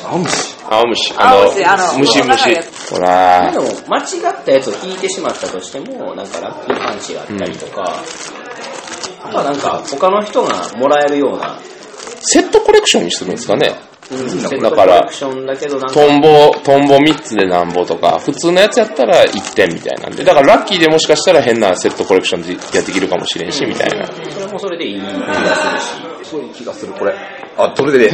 虫。ほら。 でも、間違ったやつを引いてしまったとしても、なんかラッキーパンチがあったりとか、なんか他の人がもらえるような。 セットコレクションにするんですかね。 だからトンボ3つでなんぼとか、普通のやつやったら1点みたいなんで、だからラッキーでもしかしたら変なセットコレクションでやってきるかもしれんし、みたいな。 それもそれでいい気がするし。 そういう気がする、これ。それで。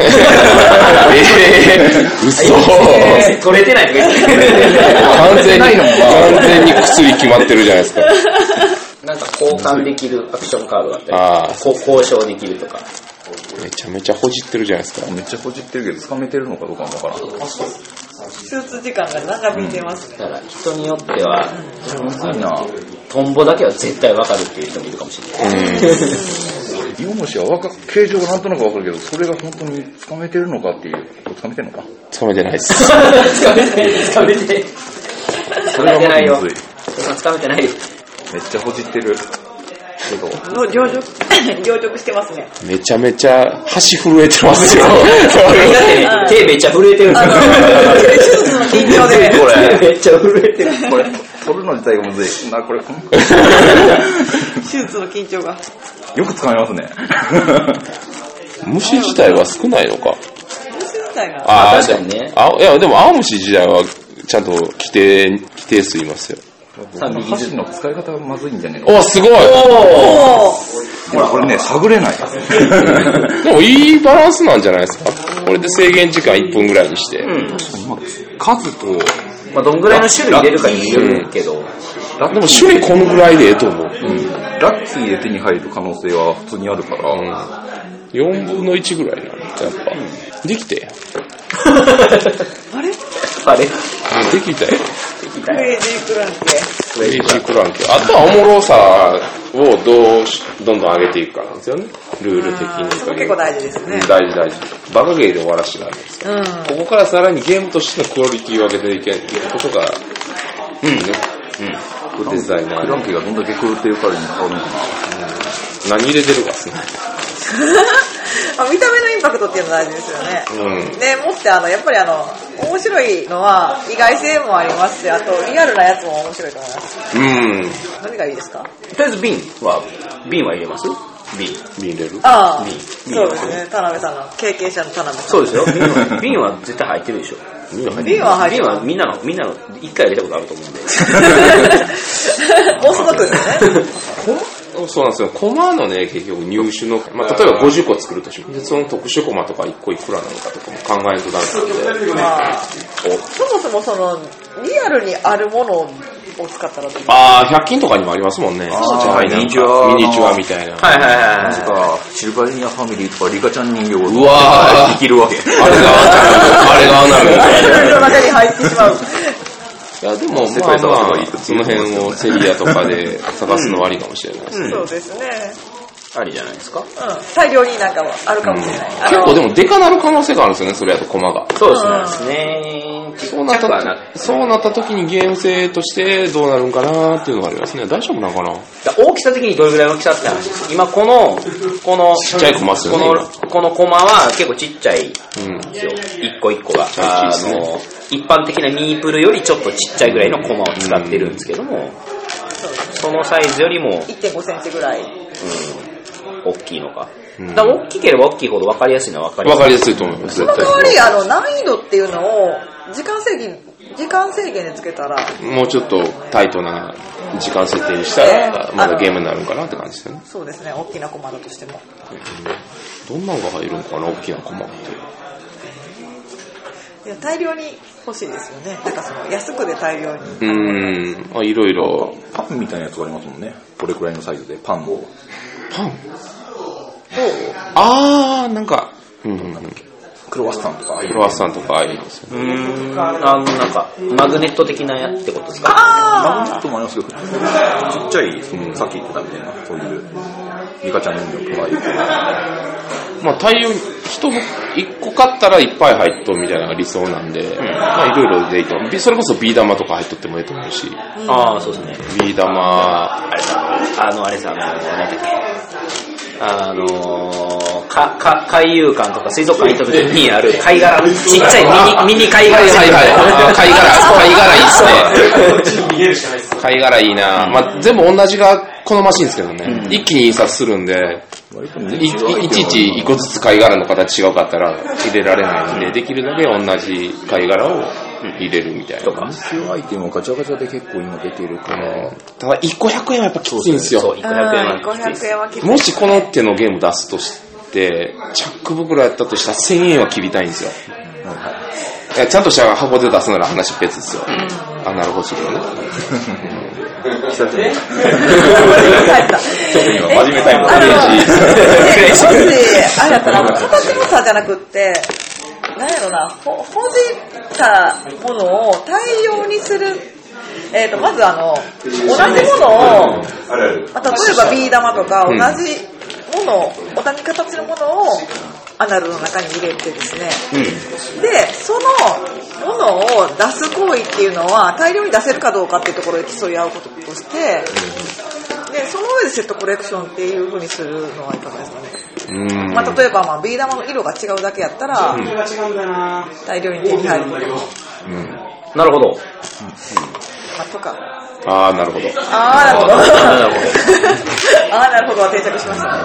嘘。 取れてない。 完全に薬決まってるじゃないですか。 なんか交換できるアクションカードだったり、交渉できるとか。 めちゃめちゃほじってるじゃないですか。 めっちゃほじってるけど、掴めてるのかどうかもわからん。 スーツ時間が長引いてますね。 だから人によっては、トンボだけは絶対わかるっていう人もいるかもしれない。 イモムシは形状がなんとなくわかるけど、それが本当に掴めてるのかっていう、掴めてるのか？ 掴めてないです。 掴めてない。 それがまずむずい。 掴めてないです。 めっちゃほじってる。 養殖してますね。 めちゃめちゃ箸震えてますよ。 手めっちゃ震えてるんですよ。 緊張で。 これ。 めっちゃ震えてる。 これ、取るの自体がむずい。これ。 手術の緊張が。 よく掴めますね。 虫自体は少ないのか。 虫自体が。 確かにね。 いや、でも青虫自体はちゃんと規定数いますよ。 箸の使い方がまずいんじゃねえの？ お、すごい！ ほら、これね、探れない。 でもいいバランスなんじゃないですか。これで制限時間1分ぐらいにして。 数と、 どんぐらいの種類入れるかによるけど。でも種類このぐらいでええと思う。 ラッキーで手に入る可能性は普通にあるから。 4分の1ぐらいなんだ、やっぱ。できて。 あれできたよ。 クレイジークランケ。 あとはおもろさをどんどん上げていくかなんですよね。ルール的に。 そこ結構大事ですね。 大事。バカゲーで終わらしてないんですけど、ここからさらにゲームとしてのクオリティを上げていくことが、デザイナー。 クランケがどんだけ狂ってるかに変わるのかな。何入れてるかですね。 見た目のインパクトっていうのが大事ですよね。でもってやっぱり面白いのは意外性もありますし、あとリアルなやつも面白いと思います。何がいいですか？ とりあえず瓶は入れます？瓶入れる？ そうですね。田辺さんの経験者の田辺さん。 そうですよ。瓶は絶対入ってるでしょ。瓶はみんなの一回入れたことあると思うんで。 オーソドックスですね。 そうなんですよ。コマのね、結局入手の、例えば50個作るとします。で、その特殊コマとか1個いくらなのかとかも考えるとダメなんで。 そもそもリアルにあるものを使ったら 100均とかにもありますもんね。 ミニチュアみたいな。 シルバニアファミリーとかリカちゃん人形をうわできるわけ。 あれがアナルみたいな。 ルールの中に入ってしまう。 いや、でもその辺をセリアとかで探すのはありかもしれないですね。 そうですね。 ありじゃないですか。 大量になんかあるかもしれない。 結構でもデカなる可能性があるんですよね、それやとコマが。 そうですね。 そうなった時にゲーム性としてどうなるんかなっていうのがありますね。大丈夫なのかな。 大きさ的にどれぐらいの大きさって話です。今このちっちゃいコマっすよね。 このコマは結構ちっちゃいんですよ。一個一個が。一般的なミープルよりちょっとちっちゃいぐらいのコマを使ってるんですけども、そのサイズよりも 1.5 センチぐらい。 大きいのか。だから大きければ大きいほど分かりやすいのは分かりやすいと思います。 その代わり難易度っていうのを時間制限でつけたらもうちょっとタイトな時間設定にしたらまだゲームになるんかなって感じですよね。 そうですね、大きなコマだとしても。 どんなのが入るのかな、大きなコマって。 いや大量に欲しいですよね。なんかその安くで大量に。 いろいろパンみたいなやつがありますもんね。これくらいのサイズでパンなんか、 クロワッサンとかああいうのですよね。 なんかマグネット的なやってことですか。 マグネットもありますけど、ちっちゃいさっき言ってたみたいなそういうリカちゃんの人形とか大量に人1個買ったらいっぱい入っとるみたいなのが理想なんで、いろいろでいいと思う。それこそビー玉とか入っとってもいいと思うし。 そうですね。 ビー玉あれさ、何だっけ。海遊館とか水族館行った時にある貝殻、ちっちゃいミニ貝殻。貝殻いいっすね。貝殻いいな。全部同じがこのマシンですけどね。一気に印刷するんで、いちいち一個ずつ貝殻の形違うかったら入れられないんで、できるだけ同じ貝殻を入れるみたいな。 必要アイテムをガチャガチャで結構今出てるから。 ただ1個100円はやっぱきついんですよ。 1個100円はきつい。 もしこの手のゲーム出すとして、チャック袋やったとしたら1000円は切りたいんですよ。ちゃんとした箱で出すなら話別ですよ。アナログ欲しいけどね。 久しぶり。特に今真面目タイムだね。 もし、あれだったら形の差じゃなくって、なんやろな、ほじったものを大量にする。まず同じものを、例えばビー玉とか同じものを、同じ形のものをアナルの中に入れてですね、で、そのものを出す行為っていうのは大量に出せるかどうかっていうところで競い合うこととして、で、その上でセットコレクションっていう風にするのはいかがですかね。例えばビー玉の色が違うだけやったら、大量に手に入る。 なるほど。 とか。 なるほど。 なるほど。なるほどは定着しましたね。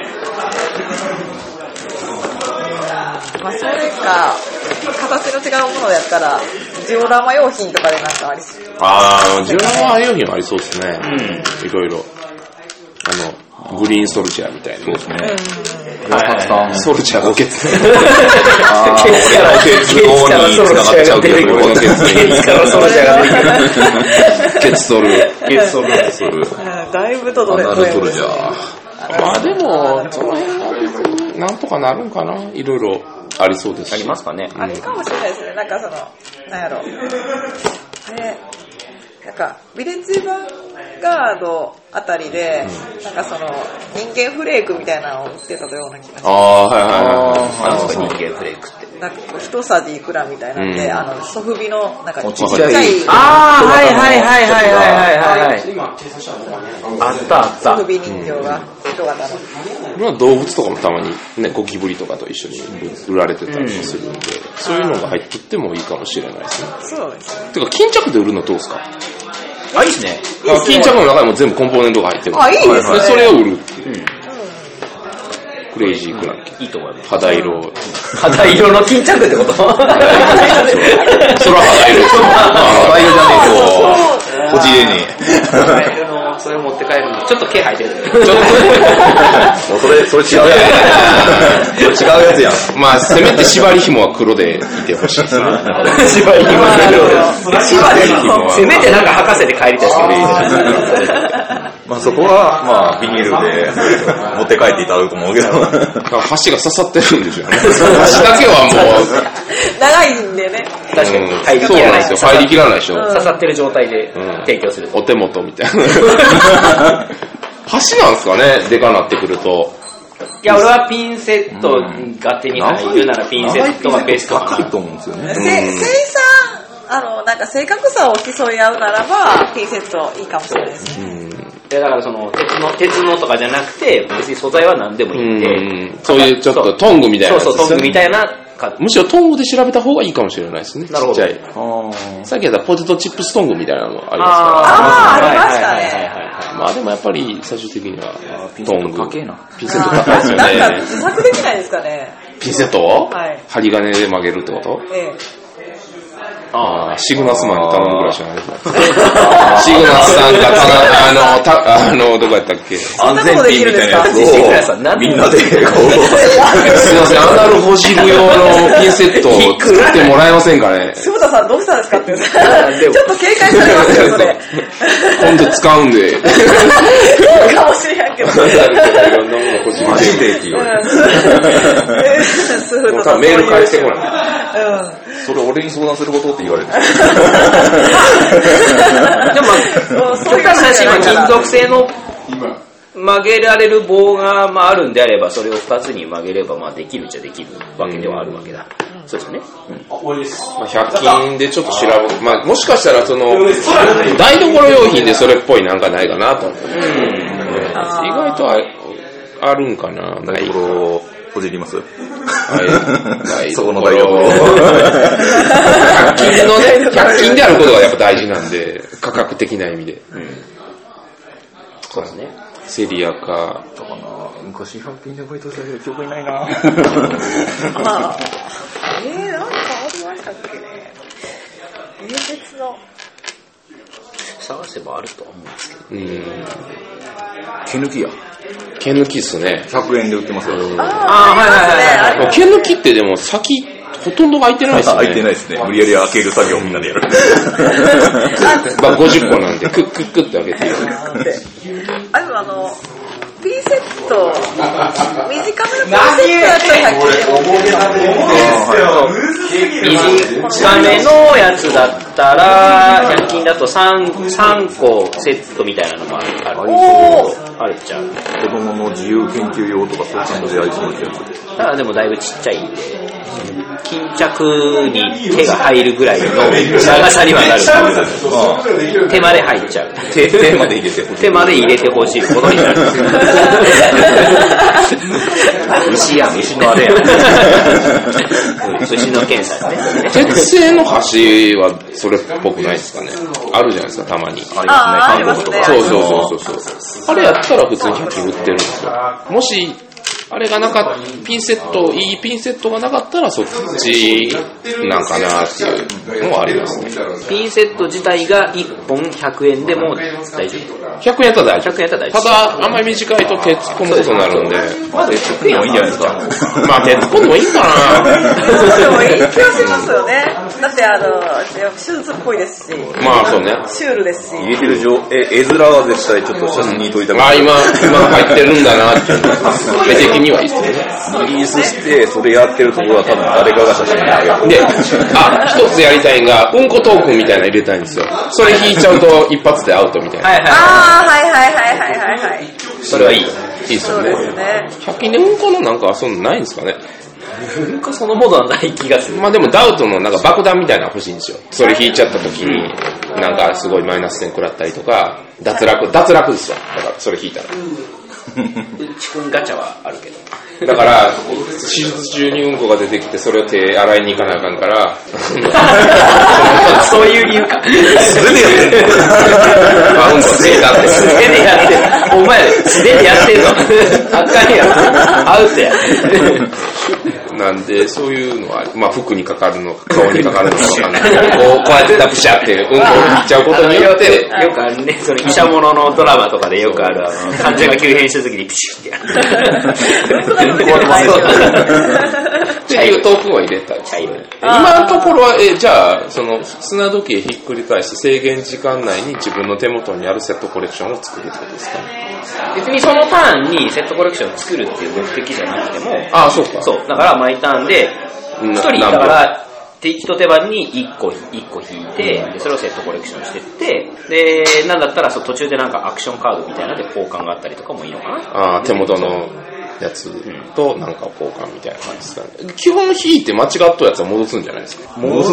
それか、形の違うものやったら、ジオラマ用品とかでなんかありそう。 ジオラマ用品はありそうですね。いろいろ。グリーンソルジャーみたいな。そうですね。ソルジャーが受け継ぐ。ケツからソルジャーが出てくる。ケツソル。 だいぶとどれ。 でも、その辺は別になんとかなるんかな。いろいろありそうですし。 ありますかね。 あれかもしれないですね。なんかなんやろ。なんか、ビレッジヴァンガードあたりで、なんか人間フレークみたいなのを売ってたような気がします。 人間フレークって。 なんか一さじいくらみたいなんで、ソフビの、なんかちっちゃい。 あったあった。 ソフビ人形が、人型の。 動物とかもたまにね、ゴキブリとかと一緒に売られてたりもするんで、そういうのが入ってってもいいかもしれないですね。 そうですね。 てか、巾着で売るのどうですか？ いいですね。 巾着の中にも全部コンポーネントが入ってる。 いいですね。 それを売るっていう。クレイジークランキー。 いいと思います。 肌色の巾着ってこと？それは肌色じゃねえと、こじれねえ。それ持って帰るの。ちょっと毛生えてる。 それ違うやつ。違うやつやん。 せめて縛り紐は黒でいてほしいですね。 縛り紐はせめてなんか履かせて帰りたいですけど。 そこは、ビニールで持って帰っていただくと思うけど。 箸が刺さってるんですよね。箸だけはもう。 長いんでね。 確かに。 そうなんですよ。入りきらないでしょ。 刺さってる状態で提供する。 お手元みたいな。箸なんですかね、でかなってくると。 いや、俺はピンセットが手に入るならピンセットがベストかな。 高いと思うんですよね。 生産なんか正確さを競い合うならば、ピンセットいいかもしれないですね。 だからその鉄のとかじゃなくて、別に素材は何でもいいんで、 そういうちょっとトングみたいなやつですよね。 そう、トングみたいな。 むしろトングで調べた方がいいかもしれないですね。 なるほど。 ちっちゃい。さっきやったポテトチップストングみたいなのありますから。 ありましたね。 まあでもやっぱり最終的にはトング。 高いな。 ピンセット高いですよね。 なんか自作できないですかね。 ピンセットをはい。 針金で曲げるってこと？ ええ。 シグナスマンに頼むぐらいしかないですね。シグナスさんがどこやったっけ？ 安全ピンみたいなやつをみんなでこう。 すいません、アナルほじる用のピンセットを作ってもらえませんかね？ 坪田さんどうしたんですかって言うちょっと警戒されますよ、それ。 今度使うんで。 そうかもしれんけど。 いろんなものほじる。 マジでって言われる。 メール返してこない。 それ俺に相談することって言われる。でもそういう話、金属製の曲げられる棒があるんであれば、それを2つに曲げればできるっちゃできるわけではあるわけだ。そうですね。 100均でちょっと調べ、もしかしたらその台所用品でそれっぽいなんかないかなと思って。意外とあるんかな。 台所ほじります？ はい。 そこの台所。 100均であることがやっぱ大事なんで、価格的な意味で。 そうですね。 セリアか。 昔100均でバイトしたけど記憶にないな。 なんかありましたっけね。別の。 探せばあるとは思うんですけど。 毛抜きや。 毛抜きっすね。 100円で売ってますよ。 はい。 毛抜きってでも先、ほとんど開いてないですね。 開いてないですね。無理やり開ける作業をみんなでやる。 50個なんで、クックックって開けて。 ピンセット、短めのピンセットだと短めのやつだったら、100均だと3個セットみたいなのもあるっちゃう。 子供の自由研究用とかそういう感じでありそうなやつで。 ただでもだいぶちっちゃいんで、巾着に手が入るぐらいの長さにはなる。手まで入っちゃう。 手まで入れてほしい。 手まで入れてほしいことになる。牛のあれやん。牛の検査ですね。 鉄製の箸はそれっぽくないですかね。あるじゃないですか、たまに。 ありますね。 そう。あれやったら普通に100均売ってるんですよ。もし、あれがなかった、いいピンセットがなかったらそっちなんかなっていうのはありますね。 ピンセット自体が1本100円でも大丈夫。 100円やったら大丈夫。ただ、あんまり短いと鉄込むことになるんで。 鉄込んでもいいんじゃないですか。 鉄込んでもいいかな。 でもいい気がしますよね。だって手術っぽいですし。 そうね。 シュールですし。 入れてる絵面は絶対ちょっと写真に撮りたくない。 今入ってるんだなっていうの目的にはいいですね。 リリースしてそれやってるところは多分誰かが写真にあげる。 で、一つやりたいんがうんこトークンみたいなの入れたいんですよ。それ引いちゃうと一発でアウトみたいな。 はい。 それはいい。 いいですよね。 そうですね。 100均でうんこのなんかそんなないんですかね。 うんこそのものはない気がする。 でもダウトのなんか爆弾みたいなの欲しいんですよ。それ引いちゃった時になんかすごいマイナス点食らったりとか、脱落ですよ。だからそれ引いたら。 うんちくんガチャはあるけど。 だから、手術中にうんこが出てきて、それを手洗いに行かなあかんから、 そういう理由か。 それでやってんのうんこ手だって。 素手でやってる。お前、素手でやってんの。あかんやん。アウトや。 なんで、そういうのは、服にかかるの、顔にかかるのかわかんないけど、こうやってプシャってうんこを切っちゃうことによって、 よくあるね、その医者もののドラマとかでよくある、患者が急変した時にプシュってやる。 っていうトークンは入れたい。今のところは、じゃあ、その砂時計ひっくり返して制限時間内に自分の手元にあるセットコレクションを作るってことですかね。 別にそのターンにセットコレクションを作るっていう目的じゃなくても、 そうか。 そう。だから毎ターンで、一人だから、一手番に1個引いて、でそれをセットコレクションしてって、なんだったら途中でなんかアクションカードみたいなので交換があったりとかもいいのかな。 手元のややつとなんか交換みたいな感じですかね。基本引いて間違ったやつは戻すんじゃないですか。 戻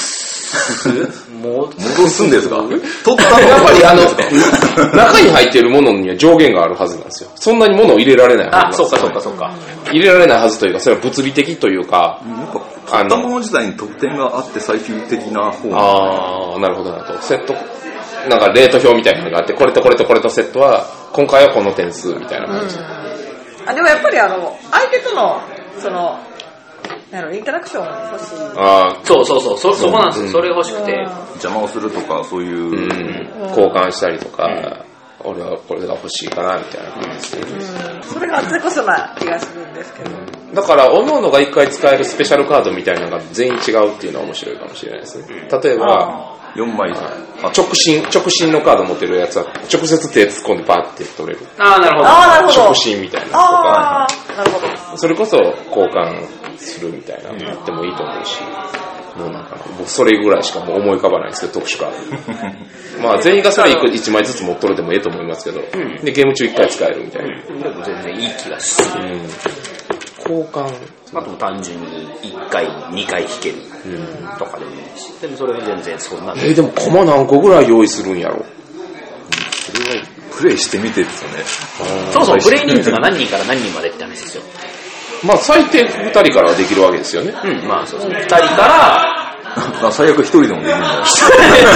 すんですか？取ったやっぱり中に入っているものには上限があるはずなんですよ。そんなに物を入れられないはずなんですよ。 そうか。 入れられないはずというか、それは物理的というか、 買ったもの自体に特典があって最終的な方ああ、なるほどなと。セット、なんかレート表みたいなのがあって、これとこれとこれとセットは、今回はこの点数みたいな感じ。 でもやっぱり相手との、インタラクション欲しい。 そこなんですよ。それが欲しくて。 邪魔をするとか、そういう。 交換したりとか、俺はこれが欲しいかなみたいな感じですね。 それがあってこそな気がするんですけど。 だから、各々が1回使えるスペシャルカードみたいなのが全員違うっていうのは面白いかもしれないですね。例えば、 4枚直進のカード持ってるやつは直接手突っ込んでバーって取れる。 なるほど。 直進みたいなとか、 なるほど。 それこそ交換するみたいなのやってもいいと思うし、もうなんか僕それぐらいしかもう思い浮かばないんですけど、特殊カード。まあ全員がそれ1枚ずつ持っとるでもええと思いますけど、でゲーム中1回使えるみたいな。 でも全然いい気がする。 交換。 あと単純に1回、2回引けるとかでもいいし。でもそれは全然そんな。 でもコマ何個ぐらい用意するんやろ。 それはプレイしてみてですよね。 そう、プレイ人数が何人から何人までって話ですよ。 まあ最低2人からはできるわけですよね。 まあそうですね。2人から最悪1人でもできるんだよ。 ソ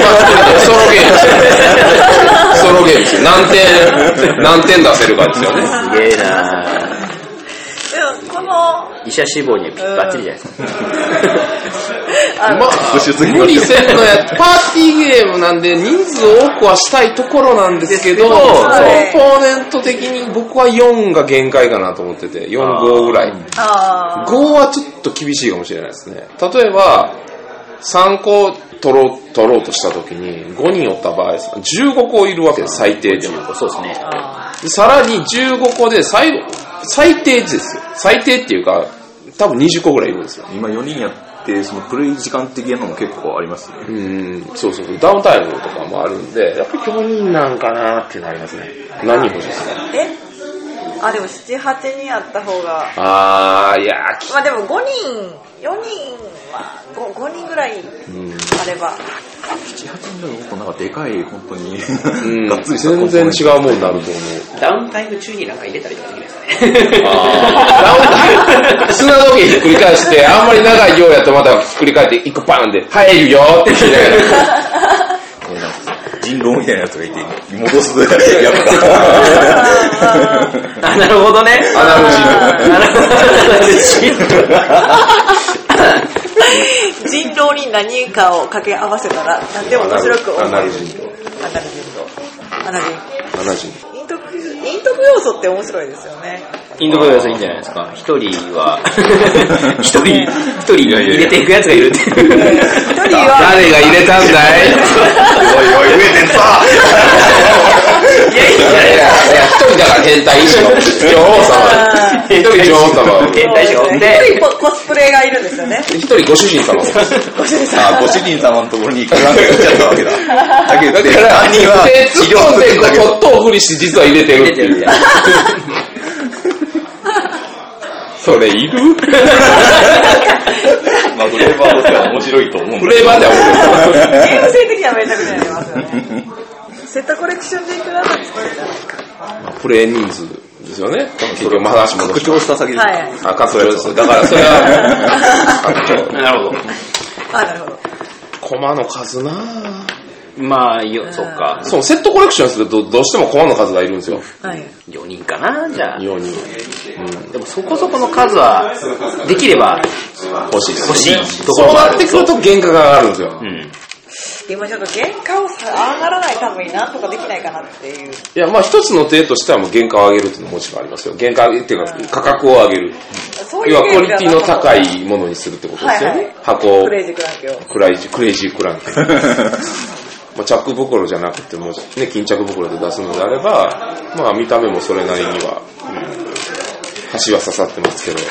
ロゲームですよ。何点出せるかですよね。 すげえなぁ。 この医者志望にはバッチリじゃないですか。 まあ、無理せんのや、パーティーゲームなんで人数多くはしたいところなんですけど、コンポーネント的に僕は4が限界かなと思ってて、4、5ぐらい。5はちょっと厳しいかもしれないですね。例えば、3個取ろうとしたときに、5人おった場合、15個いるわけです、最低でも。 そうですね。 さらに15個で最低ですよ。最低っていうか、多分20個ぐらいいるんですよ。 今4人やって、そのプレイ時間的なのも結構ありますね。 そう。ダウンタイムとかもあるんで、やっぱり4人なんかなってなりますね。何人欲しいですか？ でも7、8人あった方が。 いやまあでも5人、4人は5人ぐらいあれば。 7、8人だとなんかでかい、本当に。 全然違うもんになると思う。 ダウンタイム中になんか入れたりとかできないですね。 ダウンタイム、砂時計ひっくり返して、あんまり長いようやとまたひっくり返って1個パンで、入るよって言ってね。 人狼みたいなやつがいて、戻すやつが。なるほどね。 アナル人人狼に何かを掛け合わせたら何でも面白く思える。アナル人。陰徳要素って面白いですよね。 陰徳要素いいんじゃないですか。一人入れていくやつがいるって。一人は誰が入れたんだい？ おい、増えてんさ。 いや、一人だから変態師の女王様。一人女王様。 変態師の。 一人コスプレがいるんですよね。 一人ご主人様。 ご主人様のところにクランク来ちゃったわけだ。だけど、 手突っ込んで骨董をふりして実は入れてるっていう。それいる？ まあ、フレーバーとしては面白いと思うんだけど。 フレーバーでは面白い。 ゲーム性的にはめちゃくちゃやりますよね。セットコレクションでいくらだってプレイ人数ですよね。結局話も拡張した先です。 拡張です。だからそれは拡張。 なるほど。 なるほど。 コマの数なぁ。 まあ、そうか。 そう、セットコレクションするとどうしてもコマの数がいるんですよ。 4人かな、じゃあ。 4人。 でもそこそこの数は、できれば欲しい。 そうなってくると原価が上がるんですよ。 今ちょっと原価を上がらないためになんとかできないかなっていう。 いや、まあ一つの手としてはもう原価を上げるっていうのももちろんありますよ。原価っていうか価格を上げる。要はクオリティの高いものにするってことですよね。箱を。クレイジークランク。チャック袋じゃなくても、ね、巾着袋で出すのであれば、まあ見た目もそれなりには、箸は刺さってますけど。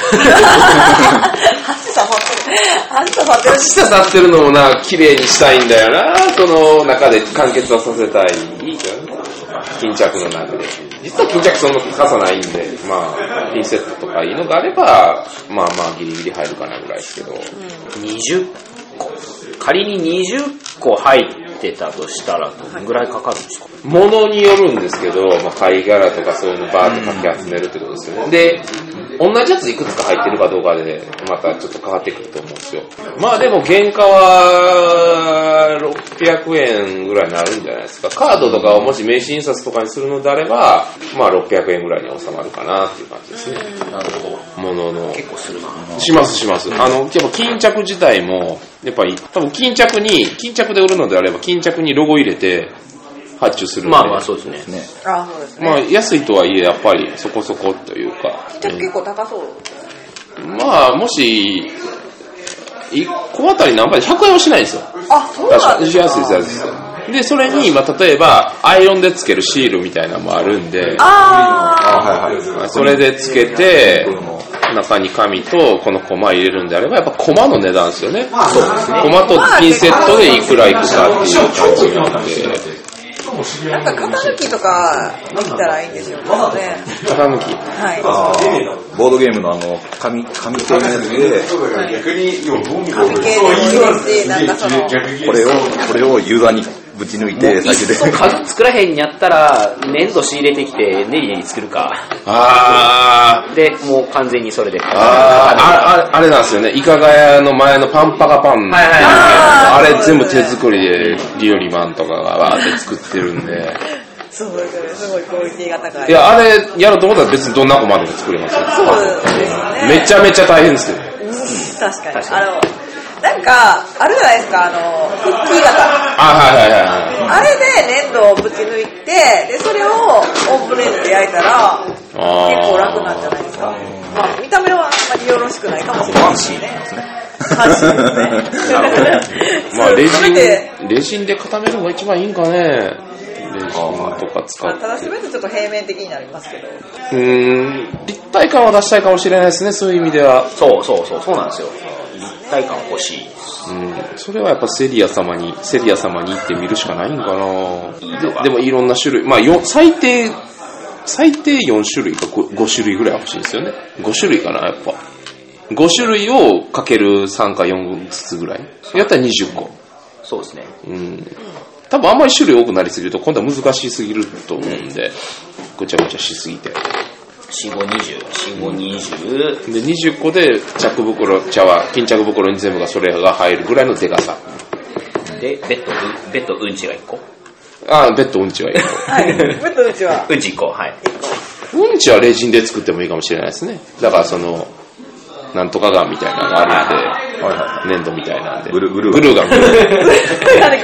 箸刺さってるのもな、綺麗にしたいんだよな、その中で完結をさせたい。巾着の中で。 実は巾着そんな深さないんで、まあ、ピンセットとかいいのがあれば、まあまあギリギリ入るかなぐらいですけど。 20個。仮に20個入ってたとしたら、どのぐらいかかるんですか？ ものによるんですけど、まあ、貝殻とかそういうのバーってかき集めるってことですよね。で、同じやついくつか入ってるかどうかで、またちょっと変わってくると思うんですよ。まあでも原価は600円ぐらいになるんじゃないですか。カードとかをもし名刺印刷とかにするのであれば、まあ600円ぐらいに収まるかなっていう感じですね。 なるほど。 ものの。 結構するな。 します。やっぱ巾着自体も、やっぱり多分巾着で売るのであれば、巾着にロゴ入れて、発注するんで。 まあまあそうですね。 あ、そうですね。 まあ安いとはいえやっぱりそこそこというか。 結構高そう。 まあもし1個あたり何倍で100円はしないんですよ。 あ、そうなんですか。 安いです。でそれにまあ例えばアイロンでつけるシールみたいなのもあるんで、それでつけて中に紙とこのコマ入れるんであればやっぱコマの値段ですよね。そうですね。コマとピンセットでいくらいくかっていう感じなんで。 なんか型抜きとかできたらいいんですよね。 型抜き。 はい。 ボードゲームの紙系のやつで、 紙系でもいいですし、なんかそのこれをユーザーにぶち抜いて、 いっそ数作らへんにやったら、粘土仕入れてきて、練り作るか。で、もう完全にそれで。 あれなんですよね。イカガヤの前のパンパカパン。あれ全部手作りで、リオリマンとかがわーって作ってるんで。 すごいクオリティが高い。 いや、あれやろうと思ったら別にどんなコマでも作れますよ。 そうですね。 めちゃめちゃ大変ですけど。 確かに。なんか、あるじゃないですか、クッキー型。あれで粘土をぶち抜いて、で、それをオーブンレンジで焼いたら、結構楽なんじゃないですか。まあ、見た目はあんまりよろしくないかもしれないですね。安心ですね。 まあ、レジンで固めるのが一番いいんかね。レジンとか使って。 ただ、すべてちょっと平面的になりますけど。 立体感は出したいかもしれないですね、そういう意味では。 そうなんですよ。立体感欲しい。 それはやっぱセリア様に行ってみるしかないんかな。でもいろんな種類、まあ最低4種類か5種類ぐらい欲しいですよね。5種類かな、やっぱ。5種類をかける3か4ずつぐらい。やったら20個。 そうですね。 多分あんまり種類多くなりすぎると今度は難しすぎると思うんで、ごちゃごちゃしすぎて。 4、5、20。 で、20個で巾着袋に全部がそれが入るぐらいのデカさ。 で、ベッドうんちが1個。 ベッドうんちは1個。 はい。ベッドうんちは。 うんち1個、はい。 うんちはレジンで作ってもいいかもしれないですね。だからなんとかガンみたいなのがあるんで、粘土みたいなんで。グルーガン。グルーガン。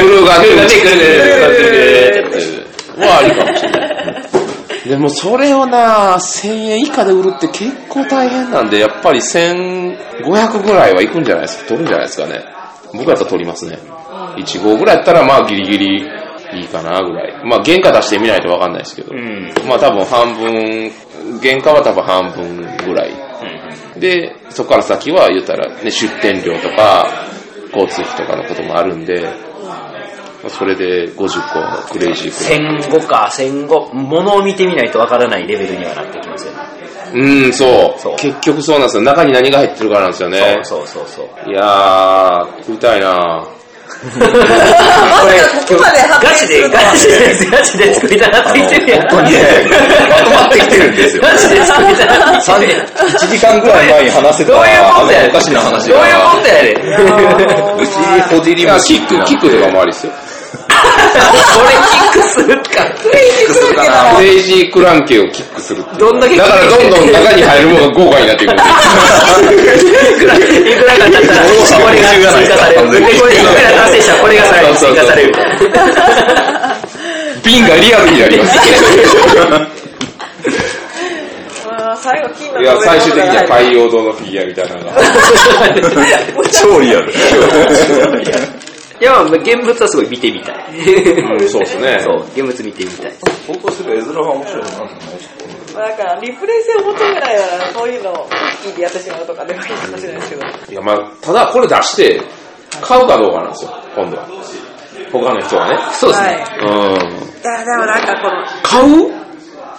はありかもしれない。でもそれを1000円以下で売るって結構大変なんで、やっぱり1500ぐらいはいくんじゃないですか。取るんじゃないですかね。僕だったら取りますね。1号ぐらいやったらまあギリギリいいかなぐらい。まあ原価出してみないと分かんないですけど。まあ多分原価は多分半分ぐらい。で、そこから先は言ったらね、出店料とか、交通費とかのこともあるんで、それで50個のクレイジー 1500か、物を見てみないとわからないレベルにはなってきますよね。 そう。結局そうなんですよ。中に何が入ってるからなんですよね。 そう。 いやー、食いたいなこれ、ここまでガチで作りたなって言ってるやん。 本当にね、まとまってきてるんですよ。 ガチで作りたなって言ってるやん。 1時間ぐらい前に話せたどういうことやねん。 おかしな話どういうことやねん。 うちほじりキックとかもありですよ。 これキックするか。 クレイジークランケだクレイジークランケをキックするって。 どんだけだからどんどん中に入るものが豪華になっていくんですよ。 いくらかだったら、これが追加される。これいくら達成したらこれがさらに追加される。 瓶がリアルになります。 最後金のいや、最終的には海洋堂のフィギュアみたいなのが。 超リアル。 いや、現物はすごい見てみたい。 そうですね。 そう、現物見てみたい。 相当する絵面が面白いな。 だから、リプレイ性を求めないなら、そういうのをクッキーでやってしまうとかでもいいかもしれないですけど。 いや、まあ、ただこれ出して買うかどうかなんですよ、今度は。他の人はね。 そうですね。 いや、でもなんかこの、 買う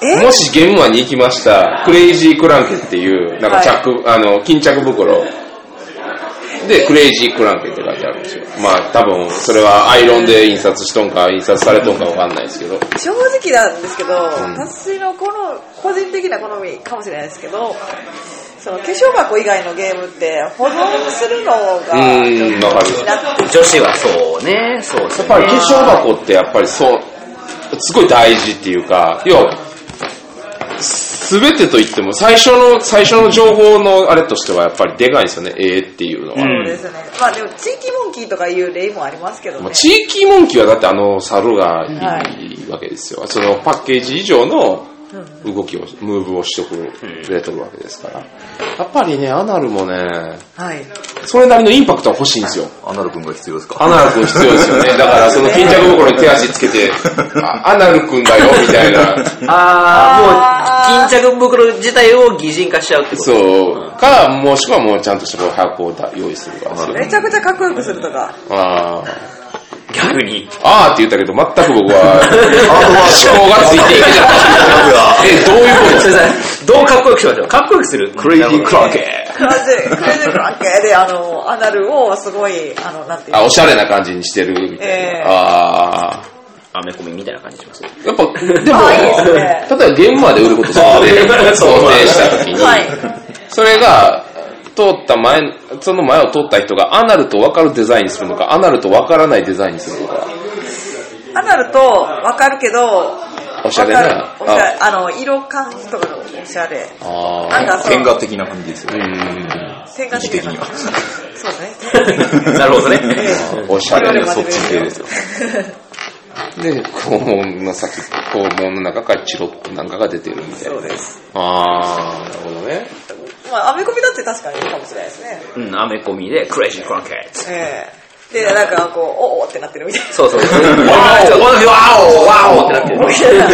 もしゲームマンに行きました、クレイジークランケっていう、なんか巾着袋で、クレイジークランケって書いてあるんですよ。まあ多分、それはアイロンで印刷しとんか、印刷されとんかわかんないですけど。 正直なんですけど、私の個人的な好みかもしれないですけど、その化粧箱以外のゲームって保存するのが気になって女子はそうね、そうですね。 やっぱり化粧箱ってやっぱりそう、すごい大事っていうか、要は、すべてと言っても最初の情報のあれとしてはやっぱりでかいんですよね、っていうのは。 そうですね。まあでも地域モンキーとかいう例もありますけどね。 地域モンキーはだって猿がいいわけですよ。そのパッケージ以上の動きを、ムーブをしてくれとるわけですから。やっぱりね、アナルもね、 はい。 それなりのインパクトは欲しいんですよ。 アナル君が必要ですか？ アナル君必要ですよね。だからその巾着袋に手足つけて、アナル君だよ、みたいな。 もう、巾着袋自体を擬人化しちゃうってこと。 そう。か、もしくはもうちゃんとした箱を用意するか。 めちゃくちゃかっこよくするとか。 逆に。 って言ったけど、全く僕は、思考がついていけない。どういうことどうかっこよくしましょう。かっこよくする。 クレイジークランケクレイジークランケで、アナルをすごい、なんていうおしゃれな感じにしてるみたいな。 アメコミみたいな感じします。 やっぱ、でも、 いいですね。 例えば現場で売ること想定したときに、それが、その前を通った人がアナルと分かるデザインにするのか、アナルと分からないデザインにするのか。 アナルと分かるけど、 おしゃれな。 色感とかのおしゃれ。 天下的な感じですよね。 天下的には。そうですね。 なるほどね。 おしゃれなそっち系ですよ。で、肛門の中からチロッとなんかが出てるみたいな。 そうです。 なるほどね。 まあ、アメコミだって確かにいいかもしれないですね。 アメコミでクレイジークランケット。 で、なんかおーってなってるみたいな。 そう。ワオってなってる。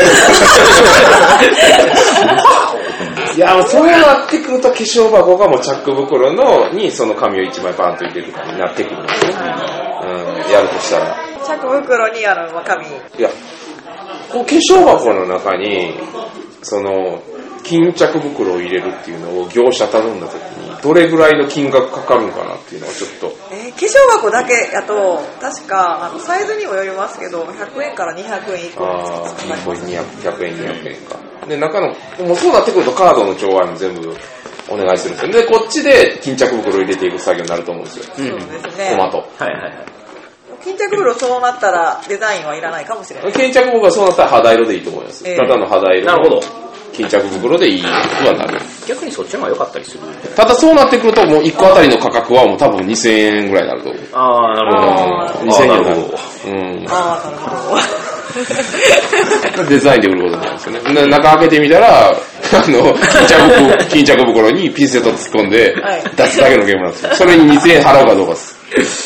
いや、そうなってくると化粧箱がもうチャック袋にその紙を一枚バンと入れる感じになってくるんですよ。やるとしたら。 チャック袋に紙。 いや、化粧箱の中に、巾着袋を入れるっていうのを業者頼んだ時にどれぐらいの金額かかるんかなっていうのはちょっと、 化粧箱だけやと確かサイズにもよりますけど100円から200円以降 100円200円かで中のもうそうなってくるとカードの調和も全部お願いするんですよでこっちで巾着袋を入れていく作業になると思うんですよ、 そうですねトマト巾着袋そうなったらデザインはいらないかもしれない巾着袋はそうなったら肌色でいいと思います、ただの肌色なるほど巾着袋でいいとはなる逆にそっちの方が良かったりするただそうなってくるともう1個あたりの価格はもう多分2000円ぐらいになると思うなるほど 2000円になるなるほどデザインで売ることになるんですよね中開けてみたら巾着袋にピンセット突っ込んで出すだけのゲームなんですよそれに2000円払うかどうかです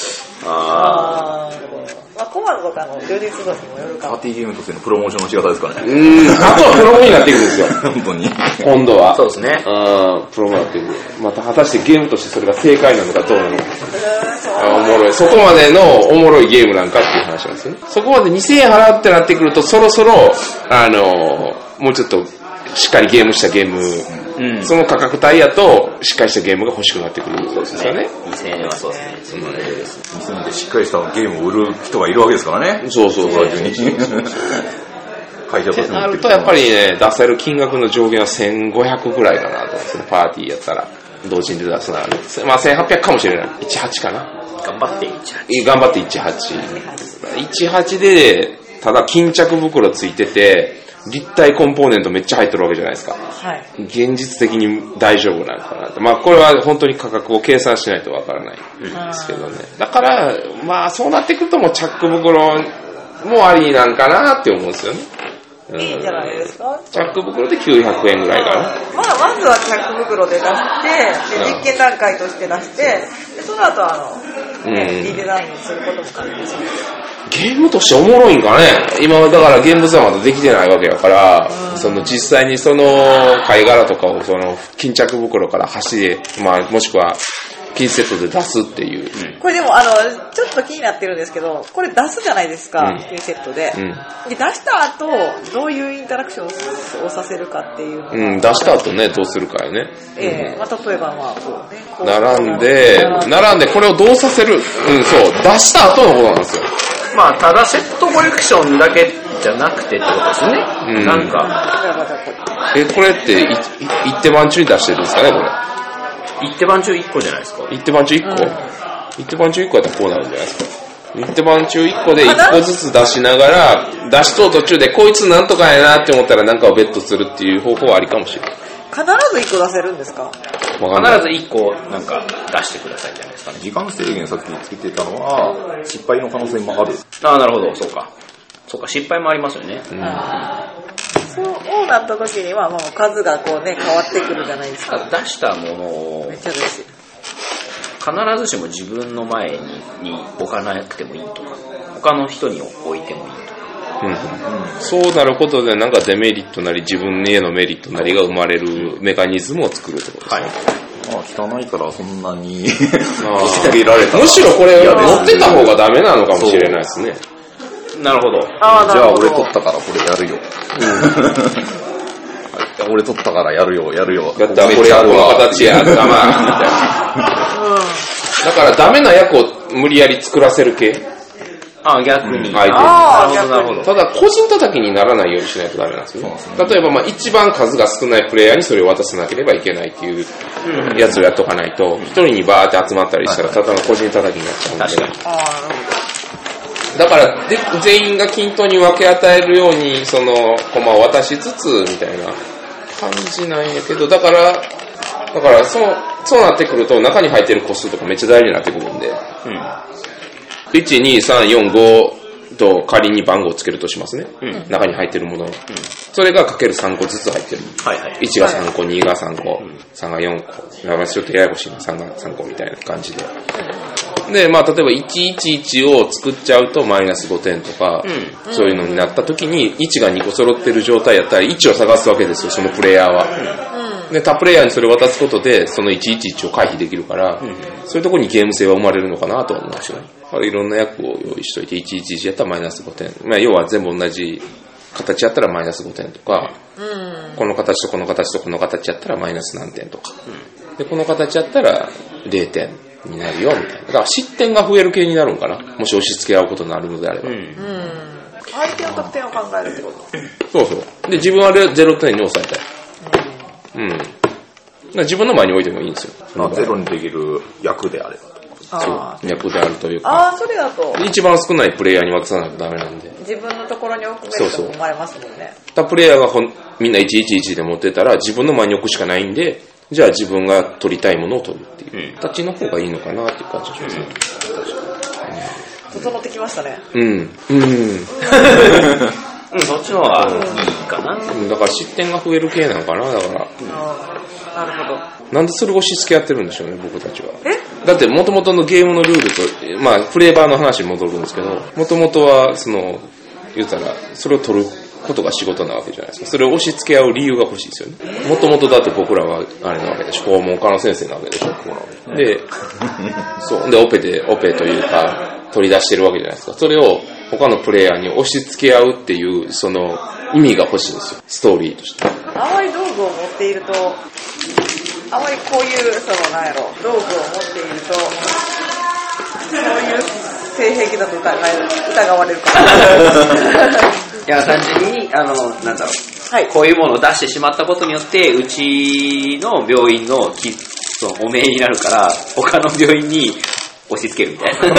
コマとかの充実度にもよるかパーティーゲームとしてのプロモーションの仕方ですかねあとはプロモになっていくんですよ本当に今度はそうですねプロモになっていくまた果たしてゲームとしてそれが正解なのかどうなのかおもろいそこまでのおもろいゲームなんかっていう話なんですよねそこまで2000円払うってなってくるとそろそろもうちょっとしっかりゲームしたゲーム、その価格帯やとしっかりしたゲームが欲しくなってくるんですよね。 2000円はそうですね。 2000円でしっかりしたゲームを売る人がいるわけですからね。 そう。 会社となるとやっぱりね、出せる金額の上限は1500ぐらいかなと思うんですね。パーティーやったら。同時に出すならね。まあ1800かもしれない。18かな。 頑張って18。 頑張って18。18で、ただ巾着袋ついてて、立体コンポーネントめっちゃ入ってるわけじゃないですか。 はい。 現実的に大丈夫なのかなって。まあこれは本当に価格を計算しないとわからないんですけどね。だから、まあそうなってくるともうチャック袋もありなんかなって思うんですよね。 いいんじゃないですか。 チャック袋で900円ぐらいかな。 まずはチャック袋で出して、で実験段階として出して、でその後リデザインすることも可能ですね。 ゲームとしておもろいんかね今だから現物はまだできてないわけやから、その実際にその貝殻とかをその巾着袋から箸で、まあもしくはキーセットで出すっていう。 これでもちょっと気になってるんですけど、これ出すじゃないですか、キーセットで。で出した後どういうインタラクションをさせるかっていうの出した後ね、どうするかよね。 例えばこうね、こう並んでこれをどうさせる。そう出した後のことなんですよ。 まあただセットコレクションだけじゃなくてってことですよね。なんかこれって一手番中に出してるんですかね、これ。 一手番中1個じゃないですか。 一手番中1個、一手番中1個やったらこうなるんじゃないですか。一手番中1個で1個ずつ出しながら、出しとう途中でこいつなんとかやなって思ったらなんかをベットするっていう方法はありかもしれない。 必ず1個出せるんですか？ 必ず1個なんか出してくださいじゃないですかね。 時間制限さっきつけてたのは、失敗の可能性もある。 ああ、なるほど、そうか、失敗もありますよね。 そうなった時には、数がこうね、変わってくるじゃないですか。 出したものを、 めっちゃ嬉しい。 必ずしも自分の前に置かなくてもいいとか、他の人に置いてもいいとか。 そうなることでなんかデメリットなり自分へのメリットなりが生まれるメカニズムを作るってことですね。 汚いからそんなに押し付けられたら。 むしろこれ持ってた方がダメなのかもしれないですね。 なるほど。 じゃあ俺取ったからこれやるよ。俺取ったからやるよ。 やったらこれはこの形や、だからダメな役を無理やり作らせる系。 逆に。 なるほど。ただ個人叩きにならないようにしないとダメなんですよね。例えば一番数が少ないプレイヤーにそれを渡さなければいけないっていうやつをやっとかないと、一人にバーって集まったりしたらただの個人叩きになっちゃうんで。 確かに。 だから全員が均等に分け与えるようにその駒を渡しつつみたいな感じなんやけど、だからそうなってくると中に入ってる個数とかめっちゃ大事になってくるんで、1、2、3、4、5と仮に番号をつけるとしますね。中に入ってるもの。それがかける3個ずつ入ってる。1が3個、2が3個、3が4個。ちょっとややこしいな、3が3個みたいな感じで。で、例えば111を作っちゃうとマイナス5点とか、そういうのになった時に1が2個揃ってる状態やったら1を探すわけですよ、そのプレイヤーは。で、他プレイヤーにそれを渡すことで、その111を回避できるから、そういうところにゲーム性は生まれるのかなとは思うんですよね。いろんな役を用意しといて、111やったらマイナス5点。要は全部同じ形やったらマイナス5点とか、この形とこの形とこの形やったらマイナス何点とか。で、この形やったら0点になるよ、みたいな。だから失点が増える系になるんかな。もし押し付け合うことになるのであれば。 相手の得点を考えるってこと？ そう。で、自分は0点に抑えたい。自分の前に置いてもいいんですよ。 ゼロにできる役であれば。 役であるというか。 それだと。 一番少ないプレイヤーに渡さないとダメなんで。 自分のところに置くメリットも生まれますもんね。 プレイヤーがみんな111で持ってたら自分の前に置くしかないんで、じゃあ自分が取りたいものを取るっていう形の方がいいのかなっていう感じがしますね。 整ってきましたね。 そっちの方がいいかな。 だから失点が増える系なのかな、だから。 なるほど。 なんでそれを押し付け合ってるんでしょうね、僕たちは。だって元々のゲームのルールと、フレーバーの話に戻るんですけど、元々は、言ったら、それを取ることが仕事なわけじゃないですか。それを押し付け合う理由が欲しいですよね。元々だって僕らは、あれなわけでしょ。訪問家の先生なわけでしょ。で、で、オペというか、取り出してるわけじゃないですか。それを他のプレイヤーに押し付け合うっていう、意味が欲しいんですよ。ストーリーとして。 あまり道具を持っていると、あまりこういう、道具を持っていると、そういう性癖だと疑われるから。 いや、単純に、こういうものを出してしまったことによって、うちの病院の汚名になるから、他の病院に押し付けるみたいな。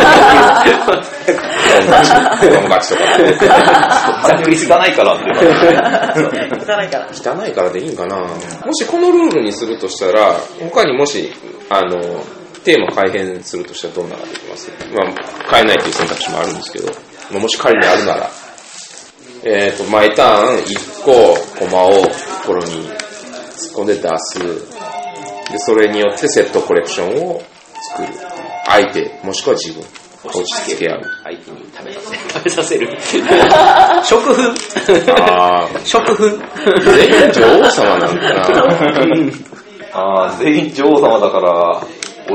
子供勝ちとか。 汚いからって。 汚いからでいいんかな。もしこのルールにするとしたら、他にもし、テーマ改変するとしたらどんなのができます？変えないという選択肢もあるんですけど、もし仮にあるなら、毎ターン1個コマを袋に突っ込んで出す。で、それによってセットコレクションを作る。相手、もしくは自分。落ち着け合う。 相手に食べさせる。食粉。食粉。 全員女王様なんだな。 全員女王様だから、俺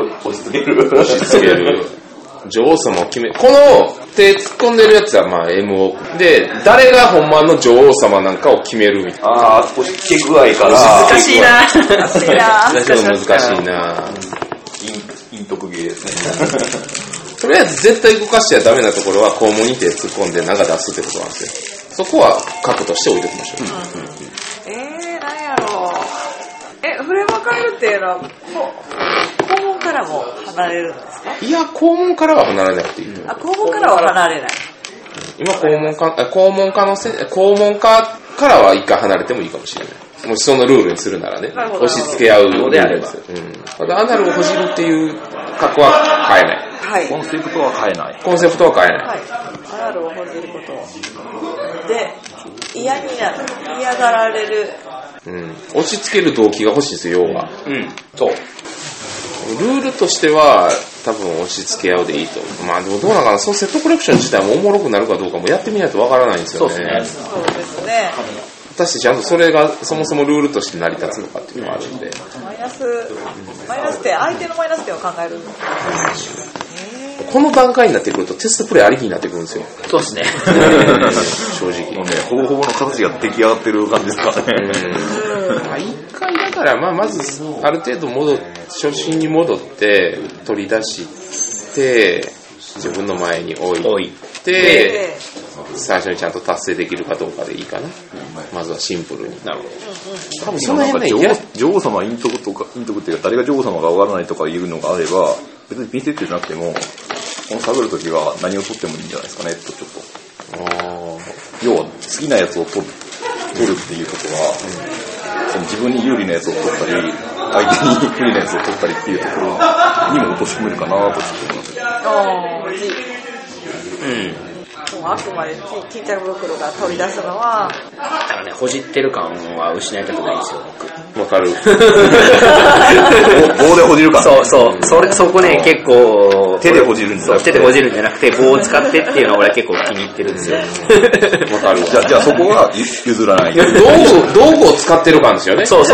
押し付ける。 押し付ける。女王様を決め、この手突っ込んでるやつはまあ MO で、誰がほんまの女王様なんかを決めるみたいな。 ああ、押し付け具合から。 難しいな。 難しいな。 ちょっと難しいな。 陰徳芸ですね。 とりあえず絶対動かしちゃダメなところは肛門に手突っ込んで中出すってことなんですよ。そこは核として置いておきましょう。 なんやろう。触れ分かれるっていうのは、肛門からも離れるんですか？ いや、肛門からは離れなくていいと思う。 肛門からは離れない。 今肛門からは一回離れてもいいかもしれない。もしそのルールにするならね。押し付け合うのであれば。ただアナルをほじるっていう格は変えない。 はい。 コンセプトは変えない。 コンセプトは変えない。 はい。アナルをほじることで嫌になる、嫌がられる。 押し付ける動機が欲しいですよ、要は。 そう。 ルールとしては多分押し付け合うでいいと思う。まあでもどうなのかな、そのセットコレクション自体もおもろくなるかどうかもやってみないとわからないんですよね。 そうですね。 果たしてちゃんとそれがそもそもルールとして成り立つのかっていうのがあるんで。 マイナス点、相手のマイナス点を考える。 この段階になってくるとテストプレイありきになってくるんですよ。 そうですね。 正直。 もうね、ほぼほぼの形が出来上がってる感じですからね。 一回だから、まずある程度初心に戻って取り出して自分の前に置いて最初にちゃんと達成できるかどうかでいいかな。まずはシンプルに。なるほど。多分その辺ね、 女王様陰徳っていうか誰が女王様かわからないとかいうのがあれば、別にピンセットじゃなくてもこの探るときは何を取ってもいいんじゃないですかねとちょっと。要は好きなやつを取るっていうことは、その自分に有利なやつを取ったり相手に不利なやつを取ったりっていうところにも落とし込めるかなとちょっと思います。 あくまで巾着袋が取り出すのはだからね、ほじってる感は失いたくないんですよ、僕。 わかる。 棒でほじるか。 そこね、結構手でほじるんですよ。 手でほじるんじゃなくて棒を使ってっていうのは俺は結構気に入ってるんですよ。 わかるわ。 じゃあそこは譲らない。 道具を使ってる感ですよね。 そう、それ。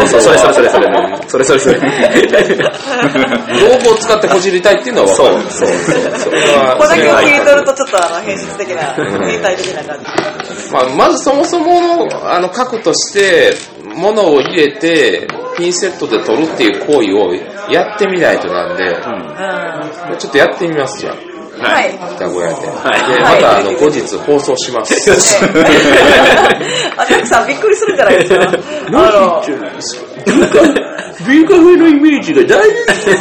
道具を使ってほじりたいっていうのはわかる。そう。 ここだけを切り取るとちょっと変質的な、変態的な感じ。 まずそもそもの核として物を入れてピンセットで取るっていう行為をやってみないとなんで、ちょっとやってみますじゃあ。 はい。 じゃあこうやって。で、また後日放送します。 あ、ジャックさんびっくりするじゃないですか。 ビーカフェのイメージが大事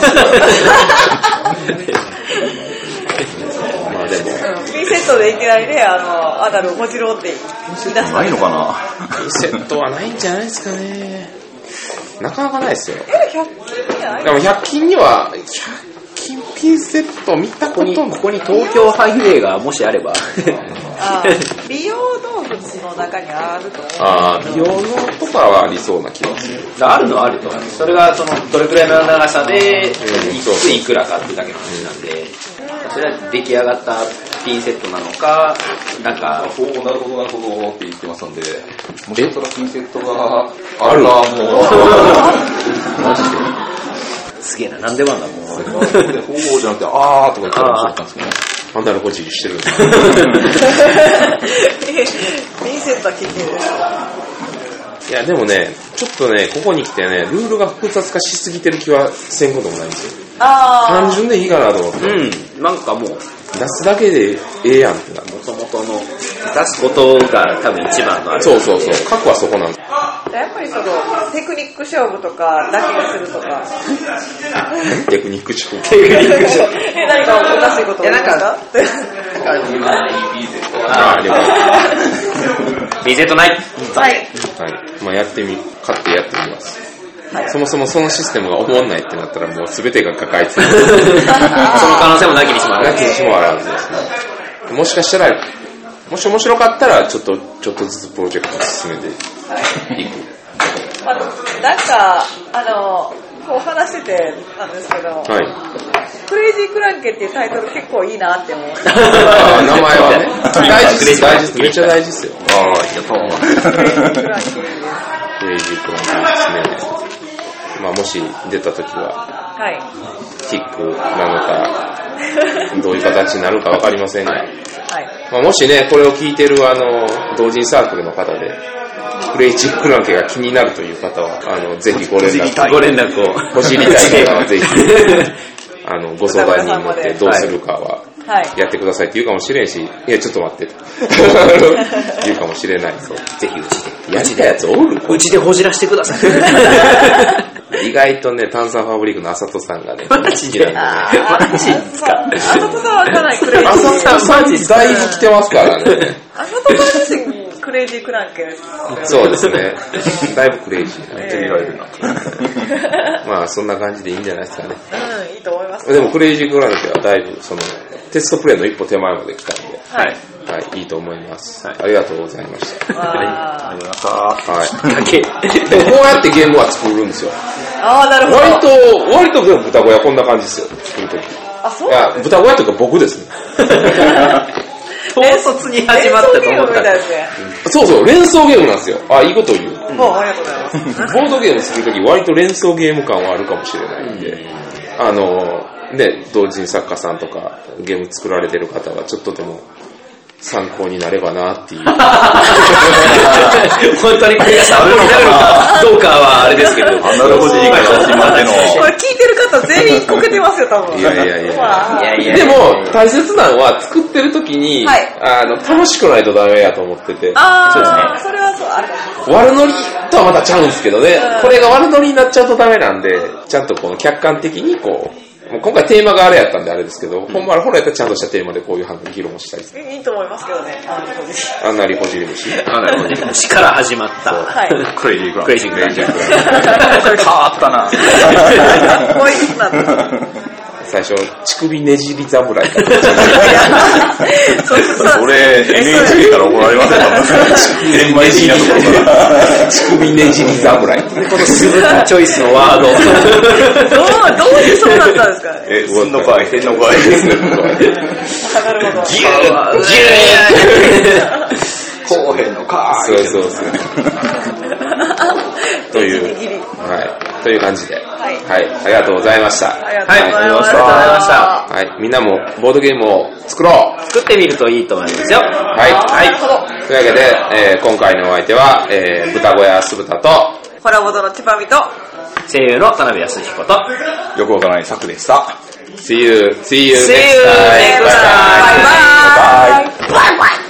まあでも。 ピンセットでいきなりね、アナルをほじろうって言い出す。 ないのかな。 ピンセットはないんじゃないですかね。なかなかないですよ。 100均じゃない？ でも100均には、100均ピンセット見たことない。 ここに東京ハイウェイがもしあれば。 美容道具の中にあると思う。 美容のとかはありそうな気がする。 あるのはあると。それがどれくらいの長さでいくらかっていうだけの話なんで、それは出来上がったピンセットなのか、なんか、 なるほどって言ってますんで、もしかしたらピンセットがあるな、もう。マジで。 すげえな、なんでもあんだもん。 ほうじゃなくて、あーとか言ってらっしゃったんですけどね。 アナルほじりしてるんですピンセットは危険です。 いやでもね、ちょっとね、ここに来てね、ルールが複雑化しすぎてる気はせんこともないんですよ。単純でいいかなと思って。 なんかもう、 出すだけでええやんってなる。 もともとの出すことが多分一番のある。 そう。過去はそこなんです。 やっぱりテクニック勝負とかだけにするとか。 テクニック勝負。 何かおかしいことを言いますか？ ビゼットない。 はい。 まあ買ってやってみます。そもそもそのシステムが思わないってなったらもう全てが抱えてる。その可能性もなきにしもあらず。 ですね。もしかしたら、もし面白かったらちょっとずつプロジェクトを進めていく。 なんかこう話しててなんですけど、クレイジークランケっていうタイトル結構いいなって思う。 名前はね、大事です。めっちゃ大事ですよ。 クレイジークランケクレイジークランケですね。まあもし出た時ははい。 キックなのか、どういう形になるかわかりませんが、 はい。 まあ、もしね、これを聞いてる同人サークルの方で、クレイジークランケが気になるという方は、ぜひご連絡を、ほじりたい方はぜひ、ご相談に乗ってどうするかは、やってくださいって言うかもしれんし、いや、ちょっと待ってと。言うかもしれない。そう。 ぜひうちで。 やりたいやつおる？ うちでほじらしてください。 意外とね、炭酸ファブリックのあさとさんがね、 マジで。マジですか。 あさとさんはかなりクレイジー。 あさとさんだいぶ来てますからね。 あさとさん自身クレイジークランケです。 そうですね。だいぶクレイジーな。 めっちゃ見られるな。 まあ、そんな感じでいいんじゃないですかね。 うん、いいと思います。 でも、クレイジークランケはだいぶ、テストプレイの一歩手前まで来たんで、 はい。 はい、いいと思います。ありがとうございました。 あありがとうございました。 はい。 だけ。 こうやってゲームは作るんですよ。 あ、なるほど。 割とでも豚小屋こんな感じですよ、作るとき。 あ、そういや、豚小屋というか僕ですね。 唐突に始まったと思ったら。 そうそう、連想ゲームなんですよ。あ、いいこと言う。 ありがとうございます。 ボードゲーム作るとき割と連想ゲーム感はあるかもしれないんで、ね、同人作家さんとかゲーム作られてる方はちょっとでも参考になればなっていう。 本当にこれが参考になるのかどうかはあれですけど。 アナログ時代から始まっての。 これ聞いてる方全員こけてますよ、多分。 いや。でも、大切なのは作ってる時に、楽しくないとダメやと思ってて。 そうですね。それはそう、あるかも。 悪ノリとはまたちゃうんですけどね、これが悪ノリになっちゃうとダメなんで、ちゃんとこの客観的にこう、もう今回テーマがあれやったんであれですけど、本来やったらちゃんとしたテーマでこういう議論をしたりする。 いいと思いますけどね、 あんなりほじり虫。 あんなりほじり虫から始まった。 はい。 クレイジークラン。 クレイジークラン。 変わったな。 こういうなった。 最初、乳首ねじり侍かと。 それ、NHK から怒られませんか？転売的なところから。 乳首ねじり侍。 この酢豚チョイスのワード。 どういうそうだったんですかね。 すんのかい、へんのかい。 なるほど。 ギューこうへんのかい。 そう。という感じで。はい。ありがとうございました。 ありがとうございました。 はい。みんなもボードゲームを作ろう。 作ってみるといいと思いますよ。 はい。というわけで、今回のお相手は、豚小屋酢豚と、 ホラボドのチパミと、 声優の田辺康彦と、 よくわからない作でした。 See you next time. See you next time.